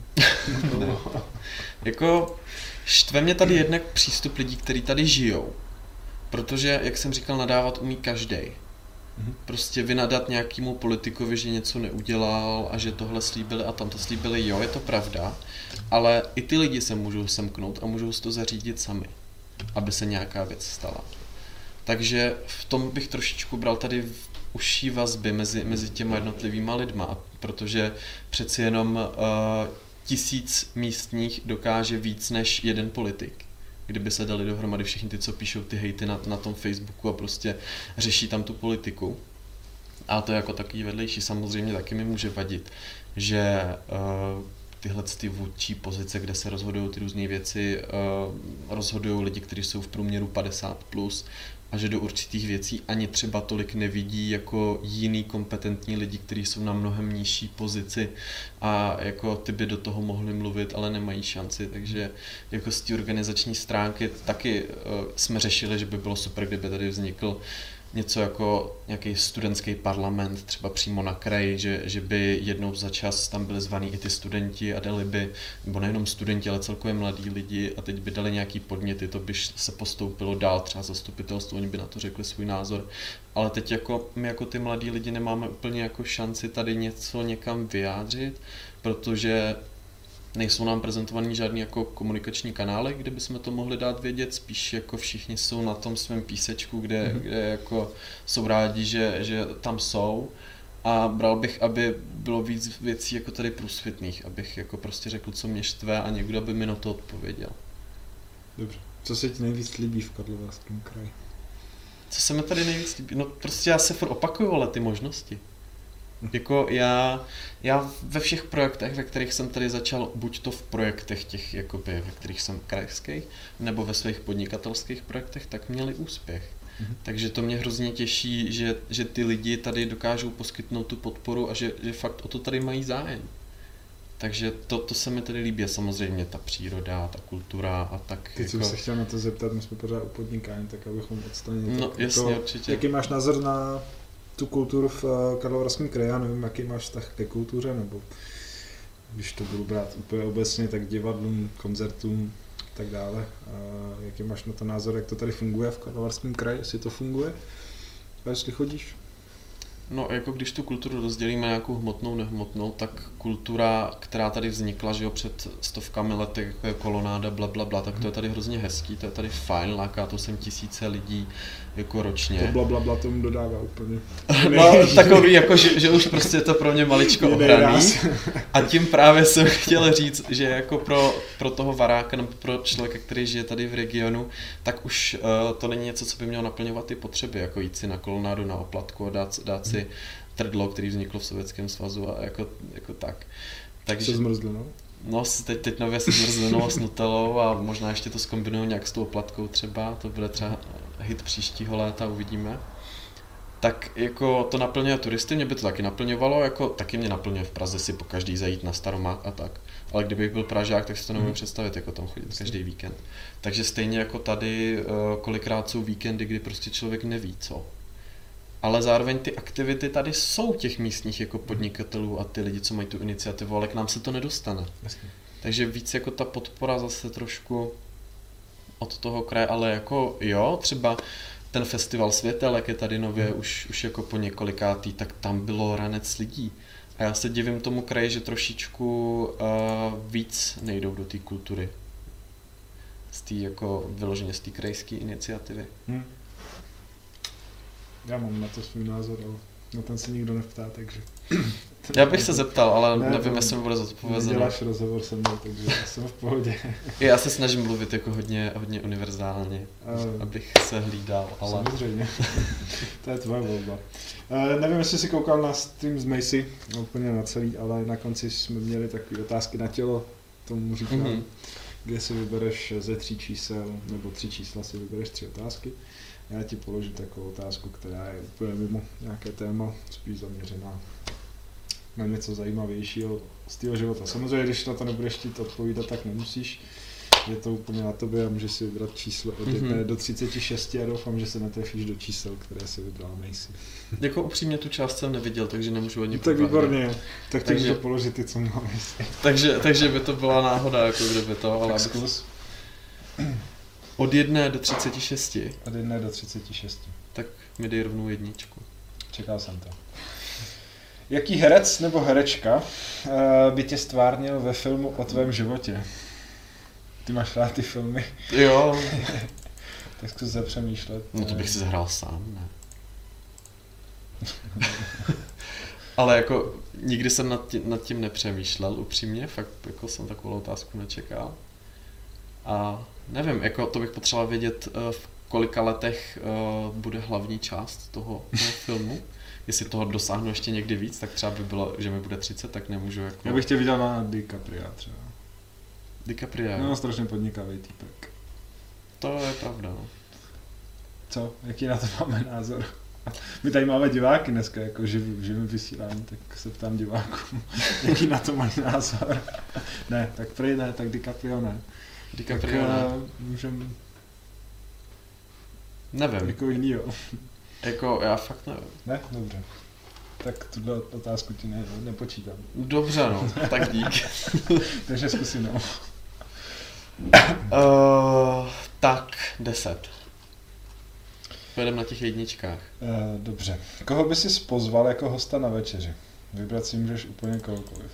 No. Jako štve mě tady jednak přístup lidí, kteří tady žijou. Protože, jak jsem říkal, nadávat umí každej. Prostě vynadat nějakému politikovi, že něco neudělal a že tohle slíbili a tamto slíbili, jo, je to pravda, ale i ty lidi se můžou semknout a můžou si to zařídit sami, aby se nějaká věc stala. Takže v tom bych trošičku bral tady užší vazby mezi, mezi těma jednotlivýma lidma, protože přeci jenom uh, tisíc místních dokáže víc než jeden politik. Kdyby se dali dohromady všichni ty, co píšou ty hejty na, na tom Facebooku a prostě řeší tam tu politiku. A to jako takový vedlejší samozřejmě taky mi může vadit, že uh, tyhle ty vůdčí pozice, kde se rozhodují ty různé věci, uh, rozhodují lidi, kteří jsou v průměru padesát plus a že do určitých věcí ani třeba tolik nevidí jako jiný kompetentní lidi, kteří jsou na mnohem nižší pozici a jako ty by do toho mohli mluvit, ale nemají šanci, takže jako z té organizační stránky taky uh, jsme řešili, že by bylo super, kdyby tady vznikl něco jako nějaký studentský parlament, třeba přímo na kraji, že, že by jednou za čas tam byli zvaní i ty studenti a dali by, nebo nejenom studenti, ale celkově mladí lidi a teď by dali nějaký podněty, to by se postoupilo dál, třeba zastupitelstvo, oni by na to řekli svůj názor, ale teď jako my jako ty mladí lidi nemáme úplně jako šanci tady něco někam vyjádřit, protože nejsou nám prezentovaný žádný jako komunikační kanály, kde bychom to mohli dát vědět, spíš jako všichni jsou na tom svém písečku, kde, mm-hmm. kde jako jsou rádi, že, že tam jsou a bral bych, aby bylo víc věcí jako tady průsvitných, abych jako prostě řekl, co mě štve a někdo by mi na to odpověděl. Dobře. Co se ti nejvíc líbí v Karlovarském kraji? Co se mi tady nejvíc líbí? No prostě já se furt opakuju, ale ty možnosti. Jako já, já ve všech projektech, ve kterých jsem tady začal, buď to v projektech těch, jakoby, ve kterých jsem krajských, nebo ve svých podnikatelských projektech, tak měli úspěch. Mm-hmm. Takže to mě hrozně těší, že, že ty lidi tady dokážou poskytnout tu podporu a že, že fakt o to tady mají zájem. Takže to, to se mi tady líbí a samozřejmě ta příroda, ta kultura a tak. Teď jako... jsem se chtěl na to zeptat, my jsme pořád u podnikání, tak abychom odstranili. No tak, jasně, jako, určitě. Jaký máš názor na tu kulturu v Karlovarském kraji? Já nevím, jaký máš vztah ke kultuře, nebo když to budu brát úplně obecně, tak divadlům, koncertům a tak dále. A jaký máš na to názor, jak to tady funguje v Karlovarském kraji, jestli to funguje? A jestli chodíš? No, jako když tu kulturu rozdělíme nějakou hmotnou, nehmotnou, tak kultura, která tady vznikla, že jo, před stovkami let, jako je kolonáda, bla, bla, bla, tak to je tady hrozně hezký, to je tady fajn, láká to sem tisíce lidí jako ročně. To bla, bla, bla tomu dodává úplně. No, takový, jako, že, že už prostě je to pro mě maličko ohraný. A tím právě jsem chtěl říct, že jako pro, pro toho varáka, nebo pro člověka, který žije tady v regionu, tak už uh, to není něco, co by mělo naplňovat ty potřeby, jako jít si na kolonádu, na oplatku a dát, dát si trdlo, který vzniklo v Sovětském svazu a jako, jako tak. Takže, se zmrzlinou? No, teď, teď nově se zmrzlinou a s nutelou a možná ještě to zkombinuju nějak s tou oplatkou třeba, to bude třeba hit příštího léta, uvidíme. Tak jako to naplňuje turisty, mě by to taky naplňovalo, jako taky mě naplňuje v Praze si po každý zajít na Staromák a tak. Ale kdybych byl Pražák, tak si to nemůžu představit, jako tam chodit každý víkend. Takže stejně jako tady, kolikrát jsou víkendy, kdy prostě člověk neví co. Ale zároveň ty aktivity tady jsou těch místních jako podnikatelů a ty lidi, co mají tu iniciativu, ale k nám se to nedostane. Jasně. Takže víc jako ta podpora zase trošku od toho kraje, ale jako jo, třeba ten festival Světel, jak je tady nově hmm. už, už jako po několikátý, tak tam bylo ranec lidí. A já se divím tomu kraji, že trošičku uh, víc nejdou do té kultury. Z té jako vyloženě z té krajské iniciativy. Hmm. Já mám na to svůj názor, ale na ten se nikdo neptá, takže... Já bych se zeptal, ale ne, nevím, to, jestli mi bude zodpovězeno. Neděláš rozhovor se mnou, takže jsem v pohodě. Já se snažím mluvit jako hodně, hodně univerzálně, uh, abych se hlídal, ale... Samozřejmě. To je tvoje volba. Uh, nevím, jestli jsi koukal na stream z Macy, úplně na celý, ale na konci jsme měli takové otázky na tělo, tomu říkám, mm-hmm. kde si vybereš ze tří čísel, nebo tři čísla si vybereš tři otázky. Já ti položím takovou otázku, která je úplně mimo nějaké téma, spíš zaměřená na něco zajímavějšího z tvého života. Samozřejmě, když na to nebudeš chtít odpovídat, tak nemusíš. Je to úplně na tobě a můžeš si vybrat číslo od jedné mm-hmm. do třicet šest a doufám, že se netrefíš do čísel, které si vybral Macy. Jako upřímně tu část jsem neviděl, takže nemůžu ani Tak výborně, tak ty můžu položit ty, co mám Macy. takže, takže by to byla náhoda, jako kdyby to, ale... Zkus. Od jedné do třiceti šesti. Od jedné do třiceti šesti. Tak mi dej rovnou jedničku. Čekal jsem to. Jaký herec nebo herečka by tě stvárnil ve filmu o tvém životě? Ty máš rád ty filmy? Jo. Tak zkus se přemýšlet. No to bych si zahrál sám, ne? Ale jako nikdy jsem nad tím, nad tím nepřemýšlel, upřímně, fakt jako jsem takovou otázku nečekal. A nevím, jako to bych potřeboval vědět, v kolika letech bude hlavní část toho, toho filmu. Jestli toho dosáhnu ještě někdy víc, tak třeba by bylo, že mi bude třicet, tak nemůžu jako... Já bych tě viděl na DiCapria třeba. DiCapria? No, strašně podnikavý týpek. To je pravda, no. Co? Jaký na to máme názor? My tady máme diváky dneska, jako živ, v živém vysílání, tak se ptám divákům, jaký na to mají názor. Ne, tak prý ne, tak DiCaprio ne. DiCaprio tak, ne. Uh, můžem... Nevím. Jako jinýho. Jako, já fakt nevím. Ne? Dobře. Tak tuhle otázku ti ne, nepočítám. Dobře, no. Tak dík. Takže zkusím, no. Uh, tak, deset. Pojedeme na těch jedničkách. Uh, dobře. Koho by si pozval jako hosta na večeři? Vybrat si můžeš úplně kohokoliv.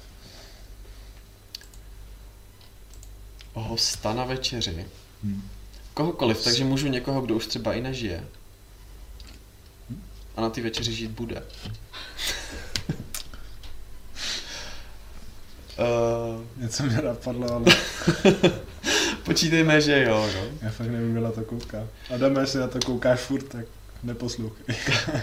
Hosta na večeři? Hmm. Kohokoliv, takže můžu někoho, kdo už třeba i nežije. A na ty večeři žít bude. uh, Něco mě napadlo, ale... Počítejme, že jo, no. Já fakt nevím, kdo na to kouká. Adame, jestli na to koukáš furt, tak neposlouchej.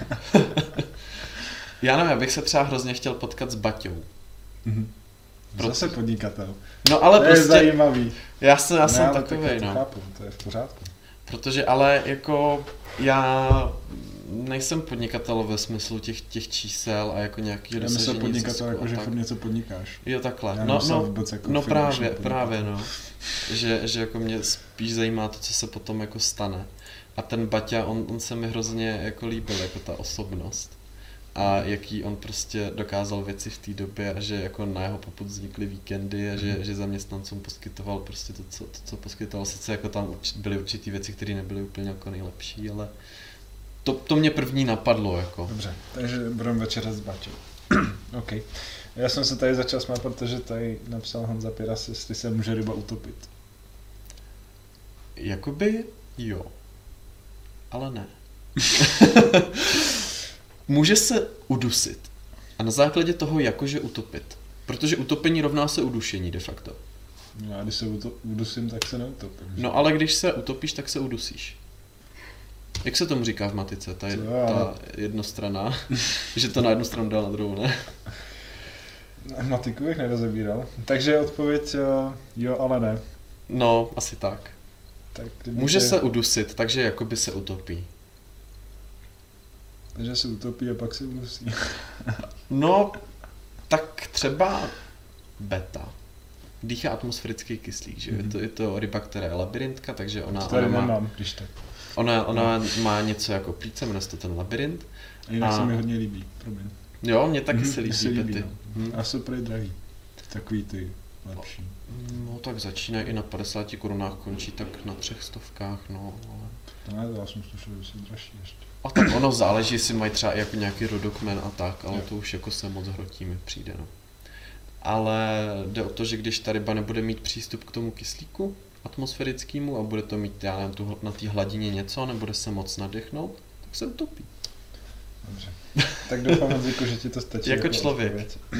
Já nevím, já bych se třeba hrozně chtěl potkat s Baťou. Mm-hmm. Zase podnikatel. No ale to prostě... je zajímavý. Já jsem, já ne, jsem takovej, tak no. To chápu, to je v pořádku. Protože ale jako já nejsem podnikatel ve smyslu těch, těch čísel a jako nějaký dosažení zisku. Já myslím podnikatel, jako že furt něco podnikáš. Jo, takhle. Já no, no, jako no právě, právě, no. Že, že jako mě spíš zajímá to, co se potom jako stane. A ten Baťa, on, on se mi hrozně jako líbil, jako ta osobnost. A jaký on prostě dokázal věci v té době a že jako na jeho popud vznikly víkendy a že, mm. že zaměstnancům poskytoval prostě to, co, to, co poskytoval. Sice jako tam byly určitý věci, které nebyly úplně jako nejlepší, ale to, to mě první napadlo. Jako. Dobře, takže budeme večeřet s Baťou. OK. Já jsem se tady začal smát, protože tady napsal Honza Piras, jestli se může ryba utopit. Jakoby jo, ale ne. Může se udusit a na základě toho jakože utopit. Protože utopení rovná se udušení de facto. No a když se udusím, tak se neutopím. No ale když se utopíš, tak se udusíš. Jak se tomu říká v matice, ta, jed, ta jednostrana, že to na jednu stranu dá, na druhou ne? Matiku bych nerozebíral. Takže odpověď jo, ale ne. No, asi tak. tak Může tě... se udusit, takže jakoby se utopí. Takže se utopí a pak se udusí. No, tak třeba beta. Dýchá atmosférický kyslík, že? Mm-hmm. Je, to, je to ryba, která je labirintka, takže ona, to tady ona má... nemám, když tak. Ona, ona má něco jako plíce, jmenuje se to ten labirint. A jinak a... se mi hodně líbí, promiň. Jo, mně taky mm-hmm, se líbí, se líbí bety. No. Hmm. A jsou prý drahý. Takový ty lepší. No tak začínají i na padesáti korunách, končí tak na třech stovkách, no. Ale... To ne, já jsem slyšel, že jsou dražší ještě. A tak ono záleží, jestli mají třeba jako nějaký rodokmen a tak, ale jo. To už jako se moc hrotí mi přijde, no. Ale jde o to, že když ta ryba nebude mít přístup k tomu kyslíku atmosférickému a bude to mít, já nevím, tu, na té hladině něco, nebude se moc nadechnout, tak se utopí. Dobře. Tak doufám, Honzíku, že ti to stačí. Jako člověk.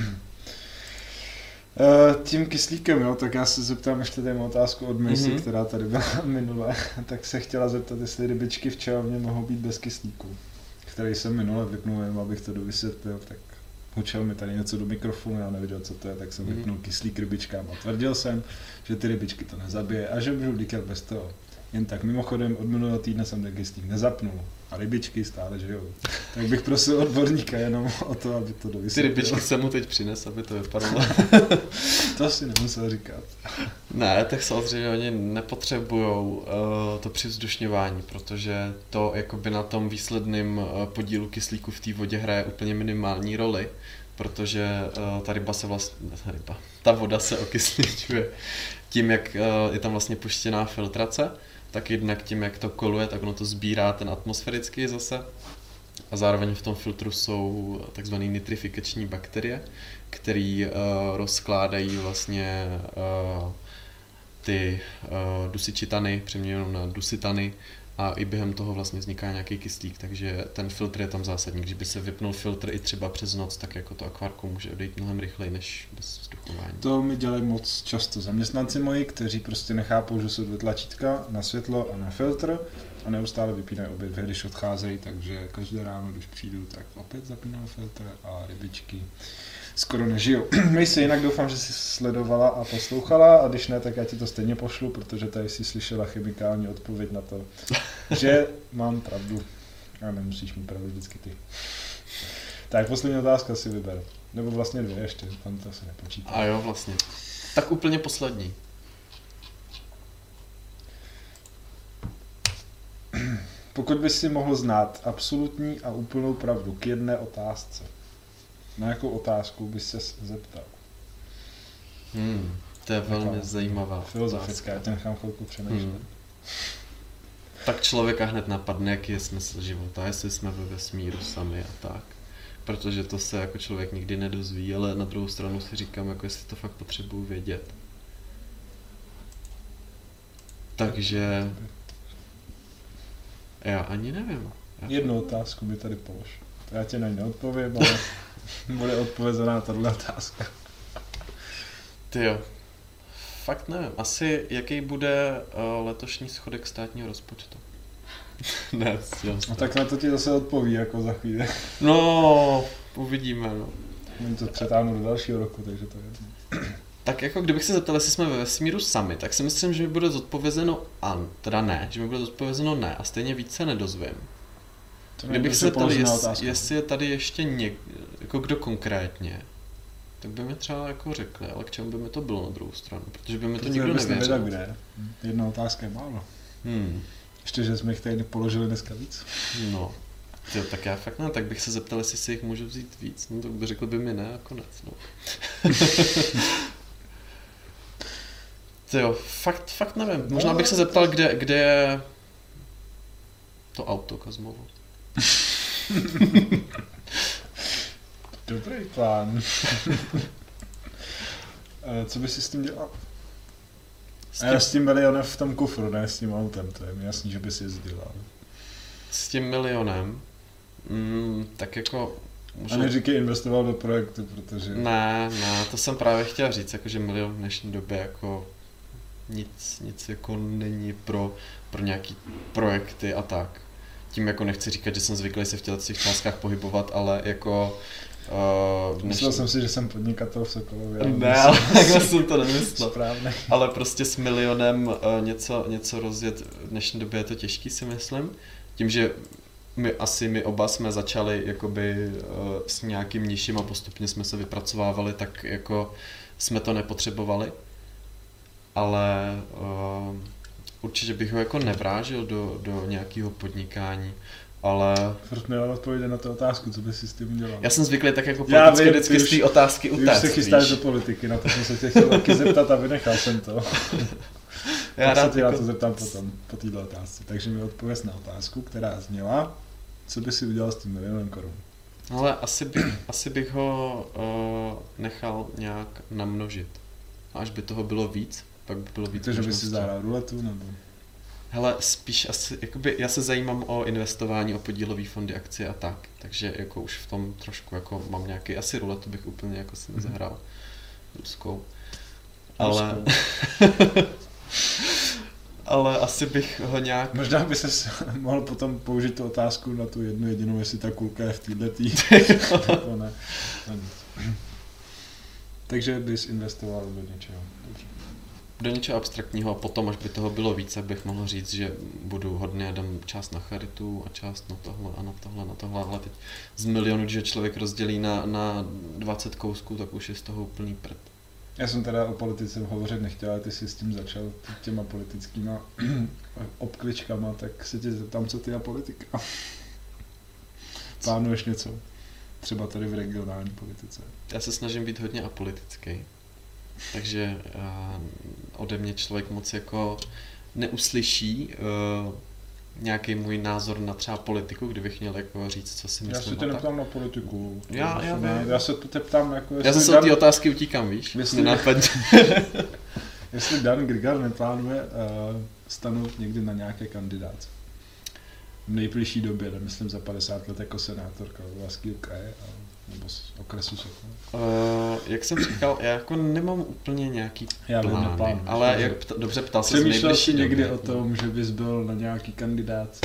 Tím kyslíkem, jo, tak já se zeptám ještě tady otázku od Macy, mm-hmm. která tady byla minule, tak se chtěla zeptat, jestli rybičky v čelavně mohou být bez kyslíku, který jsem minule vypnul, jenom abych to dovysvětlil, tak hučel mi tady něco do mikrofonu, já nevěděl, co to je, tak jsem mm-hmm. vypnul kyslík rybičkám a tvrdil jsem, že ty rybičky to nezabije a že můžu dýchat bez toho. Jen tak mimochodem od minulého týdne jsem ten kyslík nezapnul a rybičky stále žijou. Tak bych prosil odborníka jenom o to, aby to dovysvětlil. Ty rybičky jsem mu teď přines, aby to vypadalo. To si nemusel říkat. Ne, tak samozřejmě oni nepotřebujou uh, to přivzdušňování, protože to jakoby na tom výsledném uh, podílu kyslíku v té vodě hraje úplně minimální roli, protože uh, ta ryba se vlastně, ta ryba, ta voda se okysličuje tím, jak uh, je tam vlastně puštěná filtrace, tak jednak tím, jak to koluje, tak ono to sbírá ten atmosférický zase. A zároveň v tom filtru jsou takzvané nitrifikační bakterie, které uh, rozkládají vlastně uh, ty uh, dusičitany, přeměněnou na dusitany a i během toho vlastně vzniká nějaký kyslík, takže ten filtr je tam zásadní. Když by se vypnul filtr i třeba přes noc, tak jako to akvárko může odejít mnohem rychleji než bez vzduchování. To mi dělají moc často zaměstnanci moji, kteří prostě nechápou, že jsou dvě tlačítka na světlo a na filtr a neustále vypínají obě dvě, když odcházejí, takže každé ráno, když přijdu, tak opět zapínám filtr a rybičky skoro nežijou. My si jinak doufám, že jsi sledovala a poslouchala a když ne, tak já ti to stejně pošlu, protože tady jsi slyšela chemikální odpověď na to, že mám pravdu. A nemusíš mít pravdu vždycky ty. Tak poslední otázka si vyber. Nebo vlastně dvě ještě, tam to se nepočítá. A jo, vlastně. Tak úplně poslední. Pokud bys si mohl znát absolutní a úplnou pravdu k jedné otázce, na jakou otázku bys se zeptal? Hmm, to je velmi Nechám, zajímavá filozofická, já tě nechám chvilku přemýšlet. Hmm. Tak člověka hned napadne, jaký je smysl života, jestli jsme ve vesmíru sami a tak. Protože to se jako člověk nikdy nedozví, ale na druhou stranu si říkám, jako jestli to fakt potřebuju vědět. Takže já ani nevím. Já Jednu otázku mi tady polož. Já tě na ní neodpovím, ale bude odpovězená tato otázka. Tyjo, fakt nevím. Asi jaký bude uh, letošní schodek státního rozpočtu? Ne, no tak na to ti zase odpoví jako za chvíli. No, uvidíme, no. Můžu to přetáhnu do dalšího roku, takže to je. Tak jako kdybych se zeptal, jestli jsme ve vesmíru sami, tak si myslím, že mi bude zodpovězeno an, teda ne, že mi bude zodpovězeno ne a stejně víc se nedozvím. Kdybych se zeptal, jest, jestli je tady ještě něk, jako kdo konkrétně, tak by mi třeba jako řekli, ale k čemu by mi to bylo na druhou stranu, protože by mi to protože nikdo nevěřil. Kde. Jedna otázka je málo. Hmm. Ještě, že jsme jich tady položili dneska víc. No, tyjo, tak já fakt ne, tak bych se zeptal, jestli si jich můžu vzít víc, no to by řekl by mi ne a konec, no. Tyjo, fakt, fakt nevím, možná bych se zeptal, kde, kde je to auto Kazmovo. Dobrý plán. Co bys si s tím dělal? S tím... A já s tím milionem v tom kufru, ne s tím autem, to je mi jasný, že bys jezdil. Ale... S tím milionem? Mm, tak jako... Můžu... A neříkej investoval do projektu, protože... Ne, ne, to jsem právě chtěl říct, jakože milion v dnešní době jako nic, nic jako není pro, pro nějaký projekty a tak. Tím jako nechci říkat, že jsem zvyklý se v těch částkách pohybovat, ale jako... Uh, dnešní... Myslel jsem si, že jsem podnikatel v Sokolově. Ne, ale takhle jsem to nemyslel. Správně. Ale prostě s milionem uh, něco, něco rozjet v dnešní době je to těžký, si myslím. Tím, že my asi my oba jsme začali jakoby uh, s nějakým nižším a postupně jsme se vypracovávali, tak jako jsme to nepotřebovali. Ale uh, určitě bych ho jako nevrážil do, do nějakého podnikání, ale... Proč měla odpovědět na tu otázku, co bys si s tím udělal? Já jsem zvyklý tak jako politicky vždycky z té otázky utéct, už se chystáš do politiky, na to jsem se tě chtěl taky zeptat a vynechal jsem to. Já tak se tě jako... na to zeptám potom, po této otázce. Takže mi odpověz na otázku, která zněla, co bys si udělal s tím milionem korun? Ale asi bych, asi bych ho uh, nechal nějak namnožit. A až by toho bylo víc, pak by bylo víc. Takže by si zahrál ruletu, nebo? Hele, spíš asi, jakoby, já se zajímám o investování, o podílové fondy, akcie a tak, takže jako už v tom trošku jako mám nějaký, asi ruletu bych úplně jako si nezahrál ruskou, ale, ale asi bych ho nějak... Možná by se mohl potom použít tu otázku na tu jednu jedinou, jestli ta kulka je v této to ne. Takže bys investoval do něčeho. Dobře. Do něčeho abstraktního a potom, až by toho bylo víc, tak bych mohl říct, že budu hodný a dám část na charitu a část na tohle a na tohle, na tohle, ale teď z milionu, když člověk rozdělí na, na dvacet kousků, tak už je z toho úplný prd. Já jsem teda o politice hovořit nechtěl, ale ty jsi s tím začal těma politickýma obkličkama, tak se tě zeptám, co ty a politika. Plánuješ něco? Třeba tady v regionální politice. Já se snažím být hodně apolitický. Takže uh, ode mě člověk moc jako neuslyší uh, nějaký můj názor na třeba politiku, kdybych měl jako říct, co si myslím. Já se tě neptám na politiku. Já, já, ne, já se tě ptám jako... Já zase Dan... od té otázky utíkám, víš? Jestli, jestli Dan Grigar neplánuje uh, stanout někdy na nějaké kandidáce. V nejbližší době, nemyslím za padesát let jako senátor Karlovarského kraje, nebo z okresu Sokolov. Uh, jak jsem říkal, já jako nemám úplně nějaký já plány, neplánu, ale jak pta, dobře ptal se z nejbližší Přemýšlel jsi někdy době, o tom, že bys byl na nějaký kandidát?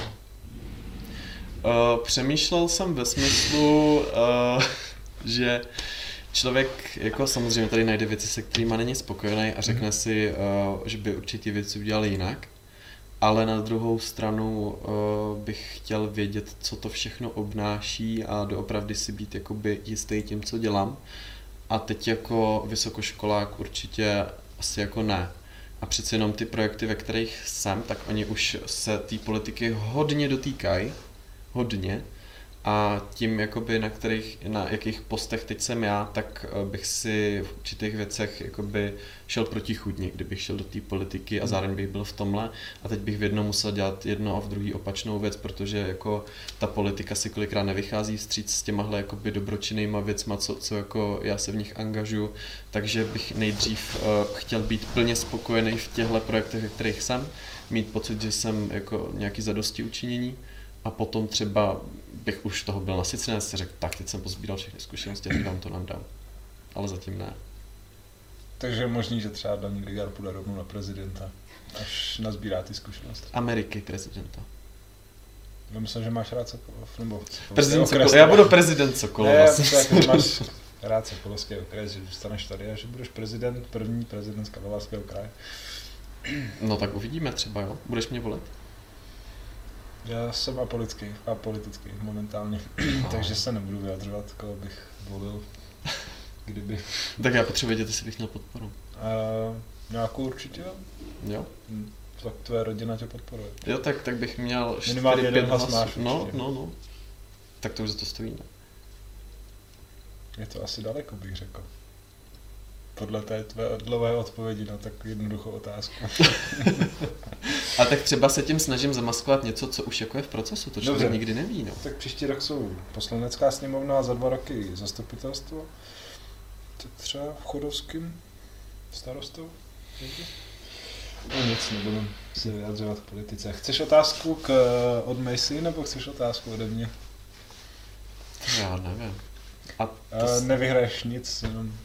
Uh, přemýšlel jsem ve smyslu, uh, že člověk jako samozřejmě tady najde věci, se kterými není spokojený a řekne si, uh, že by určitě věci udělal jinak. Ale na druhou stranu uh, bych chtěl vědět, co to všechno obnáší a doopravdy si být jakoby jistý tím, co dělám. A teď jako vysokoškolák určitě asi jako ne. A přece jenom ty projekty, ve kterých jsem, tak oni už se té politiky hodně dotýkají. Hodně. A tím, jakoby, na, kterých, na jakých postech teď jsem já, tak bych si v určitých věcech jakoby šel protichůdně, kdybych šel do té politiky a zároveň bych byl v tomhle. A teď bych v jednom musel dělat jedno a v druhý opačnou věc, protože jako ta politika si kolikrát nevychází vstříc s těmahle jakoby dobročinnýma věcma, co, co jako já se v nich angažuju. Takže bych nejdřív uh, chtěl být plně spokojený v těchto projektech, ve kterých jsem, mít pocit, že jsem jako nějaký zadosti učinění. A potom třeba bych už toho byl nasycený a si řekl, tak teď jsem pozbíral všechny zkušenosti a teď vám to nadám. Ale zatím ne. Takže je možný, že třeba Dan Grigar půjde rovnou na prezidenta, až nazbírá ty zkušenosti. Ameriky prezidenta. Já myslím, že máš rád Sokolov, nebo prezident Sokolov. Já budu prezident Sokolova. Ne, tak máš rád Sokolovský okres, že zůstaneš tady a že budeš prezident, první prezident z Karlovarského kraje. No tak uvidíme třeba, jo. Budeš mě volit? Já jsem apolitický, apolitický momentálně, takže se nebudu vyjadřovat, koho bych volil, kdyby. Tak já potřebuji vědět, jestli bych měl podporu. Uh, nějakou určitě? Jo. Hm, tak tvoje rodina tě podporuje. Jo, tak, tak bych měl minimálně jeden hlas máš. No, no, no. Tak to už za to stojí, ne? Je to asi daleko, bych řekl. Podle té tvé dlouhé odpovědi na tak jednoduchou otázku. A tak třeba se tím snažím zamaskovat něco, co už jako je v procesu, to člověk Dobře. nikdy neví, no. Tak příští rok jsou poslanecká sněmovna a za dva roky zastupitelstvo. Tak třeba v Chodovským starostou? No nic, nebudu se vyjadřovat k politice. Chceš otázku k, od Macy, nebo chceš otázku ode mě? Já nevím. A to a nevyhraješ nic, jenom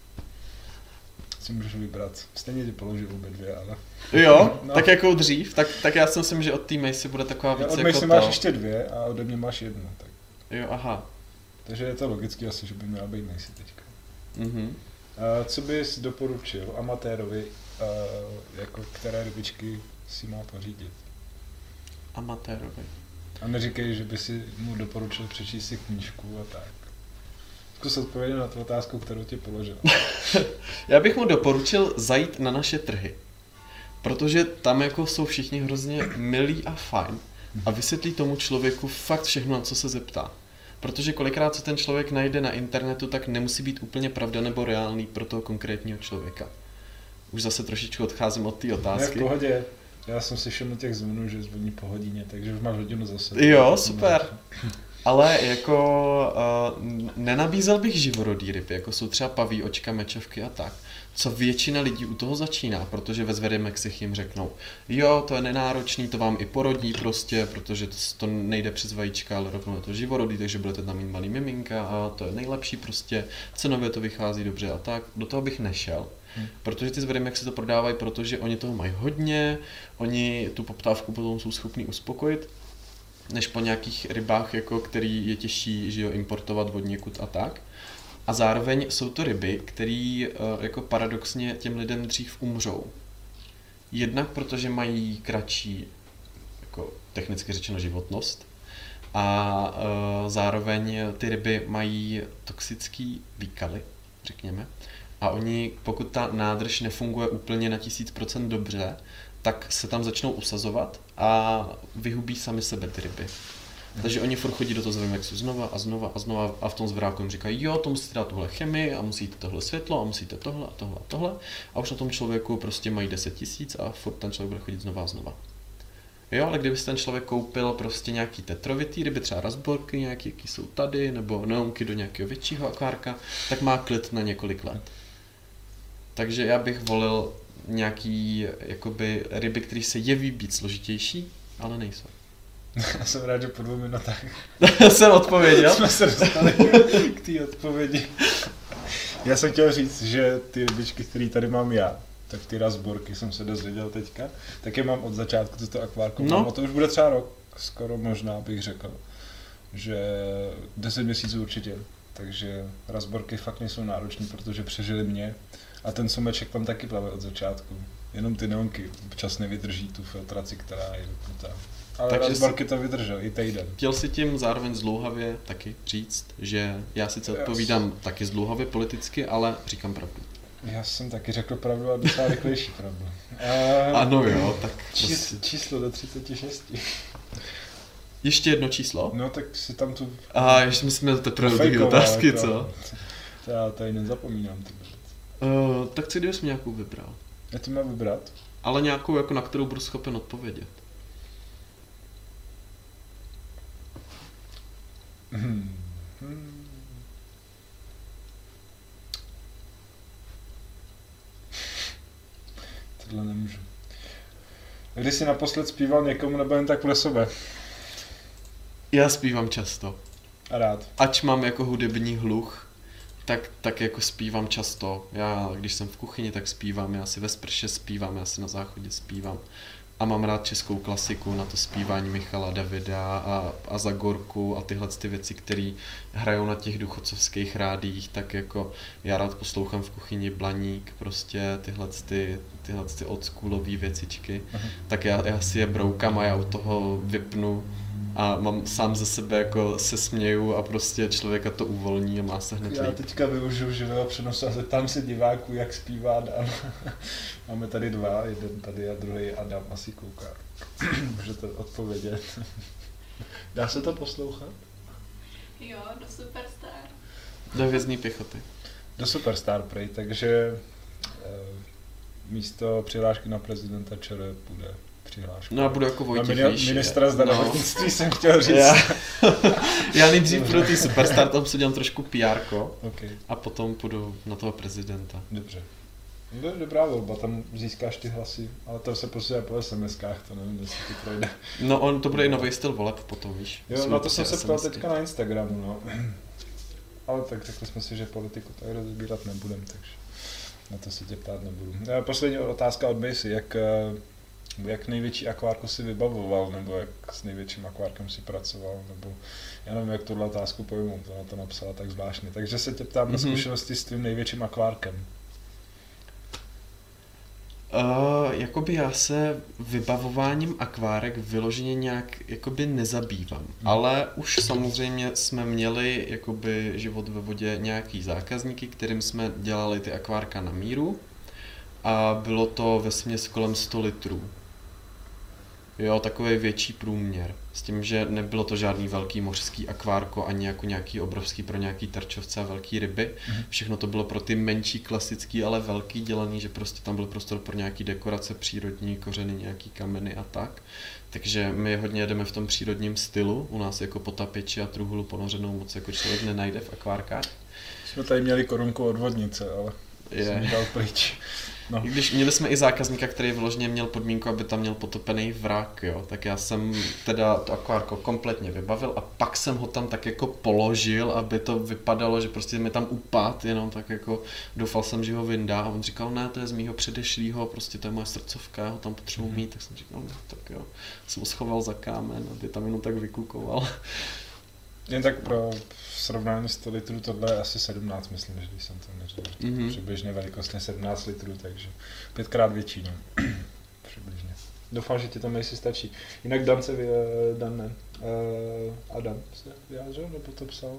si můžeš vybrat. Stejně ti položil obě dvě, ale... Jo, no. Tak jako dřív, tak, tak já si myslím, že od té Macy bude taková víc od jako Macy máš ještě dvě a ode mě máš jednu. Tak. Jo, aha. Takže je to logicky asi, že by měla být Macy teďka. Mhm. A co bys doporučil amatérovi, jako které rybičky si má pořídit? Amatérovi. A neříkej, že by si mu doporučil přečíst si knížku a tak. Zkus odpovědět na tu otázku, kterou ti položil. Já bych mu doporučil zajít na naše trhy. Protože tam jako jsou všichni hrozně milí a fajn. A vysvětlí tomu člověku fakt všechno, na co se zeptá. Protože kolikrát, co ten člověk najde na internetu, tak nemusí být úplně pravda nebo reálný pro toho konkrétního člověka. Už zase trošičku odcházím od té otázky. Ne, v pohodě. Já jsem si všiml těch zvonů, že zvoní po hodině, takže už máš hodinu za sebou. Jo, super. Ale jako uh, nenabízel bych živorodý ryby, jako jsou třeba paví, očka, mečovky a tak. Co většina lidí u toho začíná, protože ve zverimexech jim řeknou, jo, to je nenáročný, to vám i porodí prostě, protože to, to nejde přes vajíčka, ale rovnou je to živorodý, takže budete tam mít malý miminka a to je nejlepší prostě, cenově to vychází dobře a tak. Do toho bych nešel. Hmm. Protože ty zverimexy to prodávají, protože oni toho mají hodně, oni tu poptávku potom jsou schopní uspokojit, než po nějakých rybách, jako, který je těžší, že jo, importovat od někud a tak. A zároveň jsou to ryby, které jako paradoxně těm lidem dřív umřou. Jednak protože mají kratší, jako technicky řečeno, životnost a e, zároveň ty ryby mají toxický výkaly, řekněme. A oni, pokud ta nádrž nefunguje úplně na tisíc procent dobře, tak se tam začnou usazovat a vyhubí sami sebe ty ryby. Takže oni furt chodí do toho zverimexu znova a znova a znova a v tom zvráku jim říkají, jo, to musíte dát tuhle chemii a musíte tohle světlo a musíte tohle a tohle a tohle. A už na tom člověku prostě mají deset tisíc a furt ten člověk bude chodit znova a znova. Jo, ale kdyby si ten člověk koupil prostě nějaký tetrovitý ryby, třeba razborky nějaký, jaký jsou tady, nebo neonky do nějakého většího akvárka, tak má klid na několik let. Takže já bych volil nějaký jakoby ryby, které se jeví být složitější, ale nejsou. Já jsem rád, že po dvou minutách jsem odpověděl. Jsme se dostali k té odpovědi. Já jsem chtěl říct, že ty rybičky, které tady mám já, tak ty razborky jsem se dozvěděl teďka, tak je mám od začátku toto akvárko. No. A to už bude třeba rok, skoro možná bych řekl, že deset měsíců určitě. Takže razborky fakt nejsou náročný, protože přežili mě. A ten someček tam taky plave od začátku. Jenom ty neonky občas nevydrží tu filtraci, která je vypnutá. Ale razborky to vydržel i týden. Chtěl si tím zároveň zdlouhavě taky říct, že já sice odpovídám já taky zdlouhavě politicky, ale říkám pravdu. Já jsem taky řekl pravdu a docela rychlejší pravdu. A... Ano jo, tak... Čís, prostě... Číslo do třicet šest. Ještě jedno číslo? No tak si tam tu... Aha, ještě myslíme teprve druhé otázky, to, co? To já tady nezapomínám. Uh, tak co kdybys mě nějakou vybral? Já ti mám vybrat? Ale nějakou, jako na kterou budu schopen odpovědět. Hmm. Hmm. Tohle nemůžu. Kdy jsi naposled zpíval někomu nebo jen tak pro sebe? Já zpívám často. A rád. Ač mám jako hudební hluch, tak, tak jako zpívám často. Já, když jsem v kuchyni, tak zpívám, já si ve sprše zpívám, já si na záchodě zpívám. A mám rád českou klasiku, na to zpívání Michala Davida a, a Zagorku a tyhle ty věci, které hrajou na těch důchodcovských rádích, tak jako já rád poslouchám v kuchyni Blaník, prostě tyhle ty, tyhle ty oldschoolové věcičky, uh-huh. tak já, já si je broukám a já u toho vypnu a mám sám ze sebe jako se směju a prostě člověka to uvolní a má se hned líp. Já teďka využiju živého přenosu a zeptám se diváků, jak zpívá Dan. Máme tady dva, jeden tady a druhý Adam asi kouká. Můžete odpovědět. Dá se to poslouchat? Jo, do Superstar. Do Hvězdní pěchoty. Do Superstar prej, takže místo přihlášky na prezidenta ČR bude přihláška. No a budu jako Vojtěch na Výš. Ministra zdravotnictví no. jsem chtěl říct. Já, já nejdřív půjdu tý Superstar, tam si udělám trošku P R ko okay. a potom půjdu na toho prezidenta. Dobře. To je dobrá volba, tam získáš ty hlasy, ale to se posílá po es em eskách, to nevím, jestli to projde. No on to bude i nový styl voleb potom, víš. Jo, na to jsem se ptal teďka na Instagramu, no. Ale tak řekli jsme si, že politiku tak rozbírat nebudem, takže na to se tě ptát nebudu. Poslední otázka od Bejsy, jak, jak největší akvárko si vybavoval, nebo jak s největším akvárkem si pracoval, nebo já nevím, jak tuhle otázku pojmu, to na to napsala tak zvláštně. Takže se tě ptám mm-hmm. na zkušenosti s tvým největším akvárkem. Uh, jakoby já se vybavováním akvárek vyloženě nějak jakoby nezabývám, hmm. ale už samozřejmě jsme měli jakoby život ve vodě nějaký zákazníky, kterým jsme dělali ty akvárka na míru a bylo to vesměs kolem sto litrů. Jo, takový větší průměr. S tím, že nebylo to žádný velký mořský akvárko, ani jako nějaký obrovský pro nějaký terčovce a velký ryby. Mm-hmm. Všechno to bylo pro ty menší klasický, ale velký dělaný, že prostě tam byl prostor pro nějaký dekorace, přírodní kořeny, nějaký kameny a tak. Takže my hodně jedeme v tom přírodním stylu. U nás jako potapěči a truhlu ponořenou moc jako člověk nenajde v akvárkách. Jsme tady měli korunku od vodnice, ale je. jsem dal pryč. No. I když měli jsme i zákazníka, který vyloženě měl podmínku, aby tam měl potopený vrak, jo, tak já jsem teda to akvárko kompletně vybavil a pak jsem ho tam tak jako položil, aby to vypadalo, že prostě mi tam upad, jenom tak jako doufal jsem, že ho vyndá a on říkal, ne, to je z mýho předešlýho, prostě to je moje srdcovka, já ho tam potřebuji mít, tak jsem říkal, no, tak jo, jsem ho schoval za kámen, aby tam jenom tak vykukoval. Jen tak pro srovnání sto litrů, tohle je asi sedmnáct, myslím, že když jsem to neřekl. Mm-hmm. Přibližně velikostně sedmnáct litrů, takže pětkrát větší, no. Přibližně. Doufám, že ti to nejsi stačí. Jinak Dan se vy, Dan ne. Uh, Adam se vyjádřil, nebo to psal?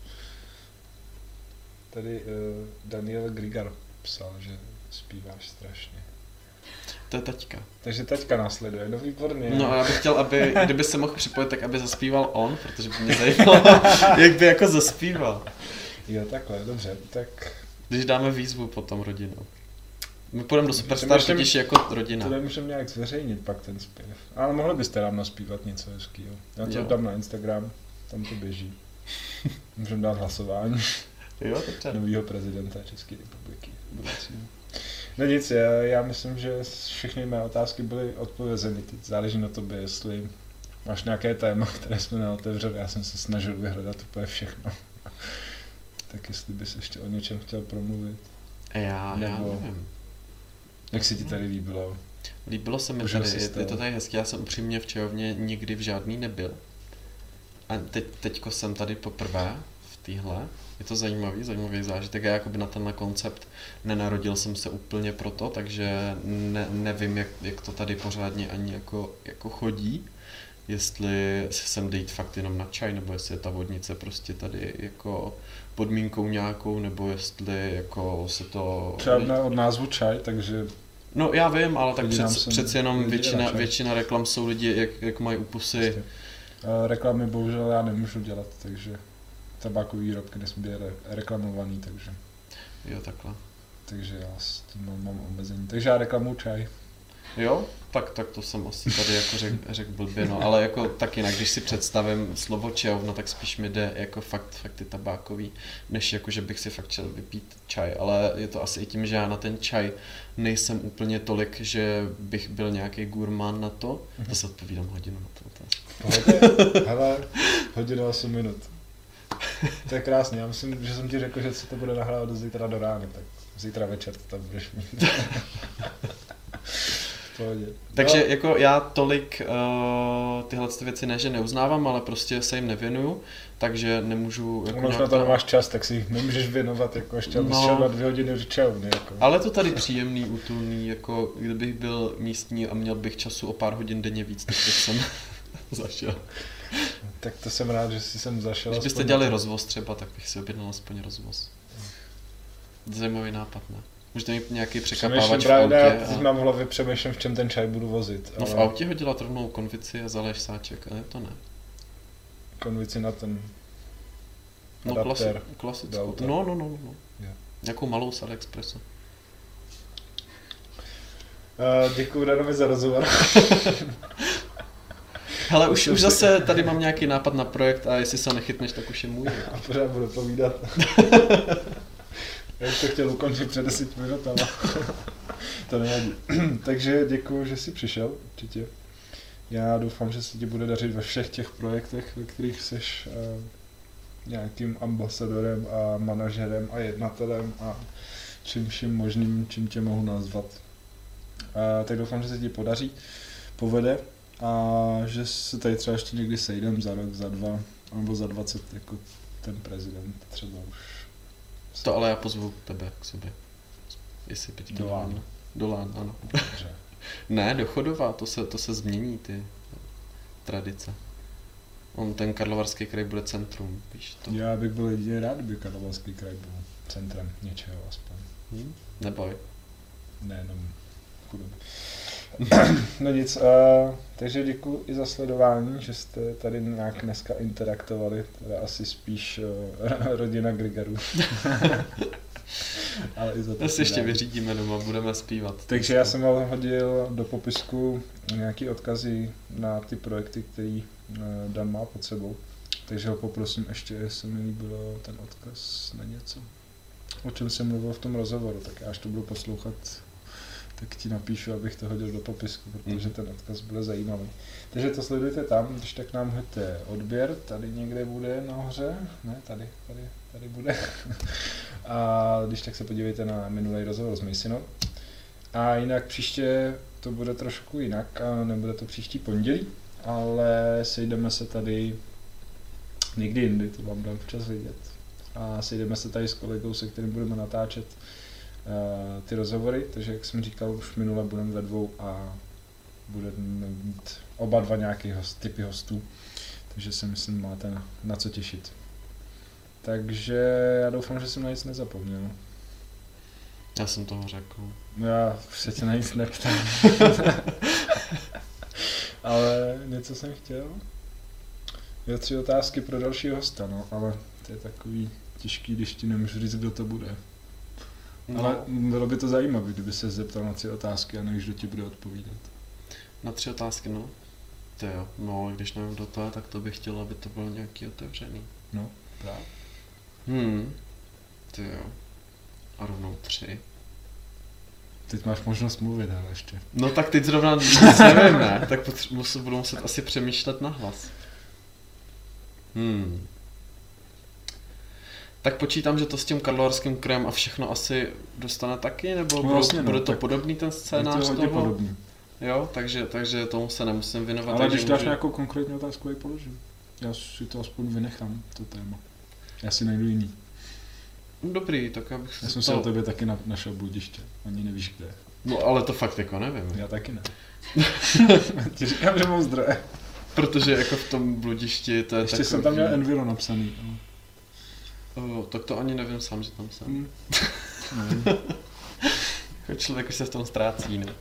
Tady uh, Daniel Grigar psal, že zpíváš strašně. To je taťka. Takže taťka následuje, no výborně. No a já bych chtěl, aby, kdyby se mohl připojit, tak aby zaspíval on, protože by mě zajímalo, jak by jako zaspíval. Jo, takhle, dobře, tak... Když dáme výzvu potom rodinou. My půjdeme do Superstar totiž jako rodina. To nemůžeme nějak zveřejnit pak ten zpěv. Ale mohli byste nám naspívat něco hezkýho. Já to jo. dám na Instagram, tam to běží. Můžeme dát hlasování. Jo, to novýho prezidenta České republiky. No nic, já, já myslím, že všechny mé otázky byly odpovězeny. Teď záleží na tobě, jestli máš nějaké téma, které jsme neotevřeli. Já jsem se snažil vyhledat úplně všechno. Tak jestli bys ještě o něčem chtěl promluvit. Já, nebo... já nevím. Jak se ti tady líbilo? Líbilo se mi tady, je, je to tady hezky. Já jsem upřímně v čajovně nikdy v žádný nebyl. A teď, teďko jsem tady poprvé v téhle. Je to zajímavý, zajímavý zážitek. Já jakoby na tenhle koncept nenarodil jsem se úplně proto, takže ne, nevím, jak, jak to tady pořádně ani jako, jako chodí. Jestli si sem dejít fakt jenom na čaj, nebo jestli je ta vodnice prostě tady jako podmínkou nějakou, nebo jestli jako se to... Třeba od názvu čaj, takže... No já vím, ale tak přeci přec jenom většina, většina reklam jsou lidi, jak, jak mají u pusy. Prostě. Reklamy bohužel já nemůžu dělat, takže tabákový výrobky nesmí být re- reklamovaný, takže... Jo, takhle. Takže já s tím mám, mám omezení. Takže já reklamuju čaj. Jo? Tak, tak to jsem asi tady jako řekl řek blbě, no, ale jako tak jinak, když si představím slovo čajovna, tak spíš mi jde jako fakt, fakt ty tabákový, než jako, že bych si fakt chtěl vypít čaj, ale je to asi i tím, že já na ten čaj nejsem úplně tolik, že bych byl nějaký gurmán na to, mm-hmm. to se odpovídám hodinu na to otázku. Pohodě, hele, hodinu osm minut. To je krásně, já myslím, že jsem ti řekl, že se to bude nahrávat do zítra do rána, tak zítra večer to tam budeš mít. Pohodě. Takže no. jako já tolik uh, tyhle věci ne, že neuznávám, ale prostě se jim nevěnuju, takže nemůžu... Jako možná to nemáš čas, tak si jich nemůžeš věnovat, jako ještě no. Šel na dvě hodiny řečovny. Jako. Ale to tady příjemný, útulný, jako kdybych byl místní a měl bych času o pár hodin denně víc, tak bych jsem zašel. Tak to jsem rád, že jsi sem zašel. Když byste dělali rozvoz třeba, tak bych si objednal aspoň rozvoz. Zajímavý nápad, ne? Můžete mít nějaký překapávač v autě. Já teď a... mám v hlavě, přemýšlím, v čem ten čaj budu vozit. No ale... v autě ho dělat rovnou konvici a zaleješ sáček, ale to ne. Konvici na ten no, adaptér. Klasi- klasickou. No, no, no. no. Yeah. Nějakou malou z AliExpressu. Uh, děkuju Danovi za rozhovor. Hele, už, už zase tady mám nějaký nápad na projekt a jestli se ho nechytneš, tak už je můj. A pořád budu povídat. Já bych to chtěl ukončit před deseti minutama. To nevadí. Takže děkuji, že jsi přišel, určitě. Já doufám, že se ti bude dařit ve všech těch projektech, ve kterých jsi uh, nějakým ambasadorem a manažerem a jednatelem a čím vším možným, čím tě mohu nazvat. Uh, tak doufám, že se ti podaří, povede a že se tady třeba ještě někdy sejdem za rok, za dva, nebo za dvacet jako ten prezident třeba už. To ale já pozvu tebe k sobě. Jestli teď do Lán. Do Lán, ano. Dobře. Ne, do Chodova, to se, to se změní, ty tradice. On, ten Karlovarský kraj bude centrum, víš to. Já bych byl jedině rád, kdyby Karlovarský kraj byl centrem něčeho aspoň. Hmm? Neboj. Ne, jenom chudoby. No nic, uh, takže děkuji i za sledování, že jste tady nějak dneska interaktovali, teda asi spíš uh, rodina Grigarů. Ale i za to To si ještě vyřídíme doma, budeme zpívat. Takže já jsem vám hodil do popisku nějaký odkazy na ty projekty, které Dan má pod sebou. Takže ho poprosím ještě, jestli mi líbilo ten odkaz na něco, o čem jsem mluvil v tom rozhovoru. Tak já až to budu poslouchat, tak ti napíšu, abych to hodil do popisku, protože ten odkaz bude zajímavý. Takže to sledujte tam, když tak nám hoďte odběr, tady někde bude nahoře, ne, tady, tady, tady bude. A když tak se podívejte na minulý rozhovor s Masonem. A jinak příště to bude trošku jinak, a nebude to příští pondělí, ale sejdeme se tady někdy jindy, to vám dám včas vidět. A sejdeme se tady s kolegou, se kterým budeme natáčet uh, ty rozhovory, takže jak jsem říkal, už minule budeme ve dvou a budeme mít oba dva nějaký host, typy hostů, takže si myslím, máte na, na co těšit. Takže já doufám, že jsem na nic nezapomněl. Já jsem toho řekl. Já už se tě na nic neptám. Ale něco jsem chtěl. Je tři otázky pro další hosta, no, ale to je takový těžký, když ti nemůžu říct, kdo to bude. No. Ale bylo by to zajímavé, kdyby se zeptal na tři otázky a nevíš, kdo ti bude odpovídat. Na tři otázky, no. To jo, no, když nevím, kdo to je, tak to bych chtěl, aby to bylo nějaký otevřený. No, právě. Hmm, to jo. A rovnou tři. Teď máš možnost mluvit, ale ještě. No tak teď zrovna nic nevím, ne? Tak potře- budu muset asi přemýšlet nahlas. Hmm. Tak počítám, že to s tím karlovarským krajem a všechno asi dostane taky, nebo no, vlastně bude no, to podobný ten scénář je to hodně toho? Podobný. Jo, takže, takže tomu se nemusím věnovat. Ale když dáš může... nějakou konkrétní otázku, ji položím. Já si to aspoň vynechám, to téma. Já si najdu jiný. Dobrý, tak abych Já jsem to... se o tobě taky na, našel budiště, ani nevíš kde. No ale to fakt jako nevím. Já taky ne. Ti říkám, že mám zdroje. Protože jako v tom bludišti to je ještě takový... jsem tam měl Enviro napsaný. Oh, tak to ani nevím sám, že tam jsem. Hmm. Jako člověk už se v tom ztrácí, ne?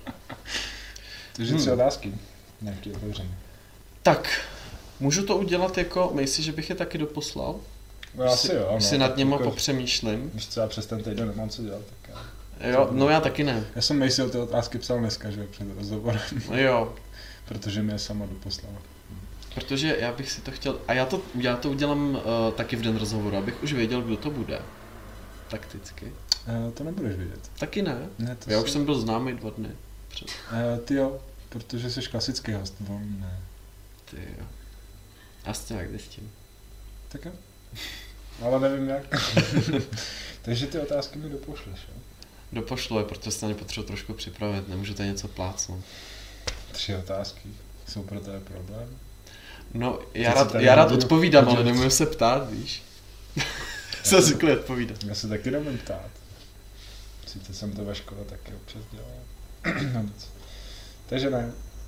Takže tři hmm. otázky. Nějaký otevřený. Tak, můžu to udělat jako, myslíš, že bych je taky doposlal? No asi si, jo. No, si nad něma jako, popřemýšlím. Když třeba přes ten týden nemám co dělat, tak já... Jo, no já taky ne. Já jsem Mason ty otázky psal dneska, že před rozhovorem. Jo. Protože mi je sama doposlala. Protože já bych si to chtěl, a já to, já to udělám uh, taky v den rozhovoru, abych už věděl, kdo to bude. Takticky. Uh, to nebudeš vědět. Taky ne. ne to já si... už jsem byl známý dva dny. Před. Uh, ty jo, protože jsi klasický host, volný ne. Ty jo. Já s tím jak zjistím. Tak jo. Ale nevím jak. Takže ty otázky mi dopošleš, jo? Dopošlu je, protože se na ně potřebuji trošku připravit, nemůžu tady něco plácnout. Tři otázky. Jsou pro tebe problém? No, já rád, já rád odpovídám, ale nemůžu se ptát, víš. Jsem zvyklý odpovídat. Já se taky nemůžu ptát. Sice jsem to ve škole taky občas dělal. No nic. Takže ne.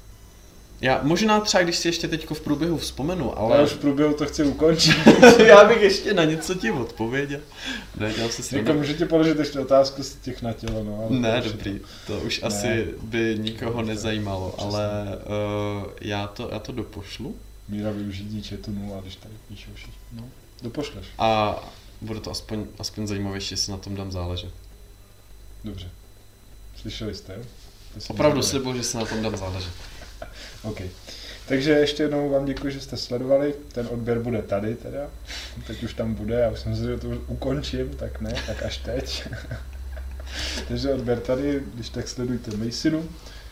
Já možná třeba, když si ještě teďko v průběhu vzpomenu, ale... Já už v průběhu to chci ukončit. Já bych ještě na něco ti odpověděl. Ne, dělal se si... Jako můžu ti položit ještě otázku z těch na tělo, no. Ale ne, dobrý. To už ne. Asi by nikoho nezajímalo, Přesně. ale uh, já, to, já to dopošlu. Míra využití chatu nula, když tady píšou všichni. No, dopošleš. A bude to aspoň, aspoň zajímavější, jestli na tom dám záležet. Dobře. Slyšeli jste? Opravdu slibuju, že se na tom dám záležet. OK. Takže ještě jednou vám děkuji, že jste sledovali. Ten odběr bude tady teda. Teď už tam bude, já už jsem si, že to ukončím, tak ne, tak až teď. Takže odběr tady, když tak sledujte Masonu.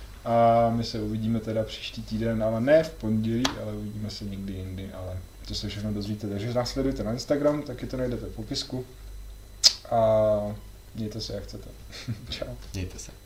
A my se uvidíme teda příští týden, ale ne v pondělí, ale uvidíme se někdy jindy, ale to se všechno dozvíte. Takže nás sledujte na Instagram, taky to najdete v popisku. A mějte se jak chcete. Čau. Mějte se.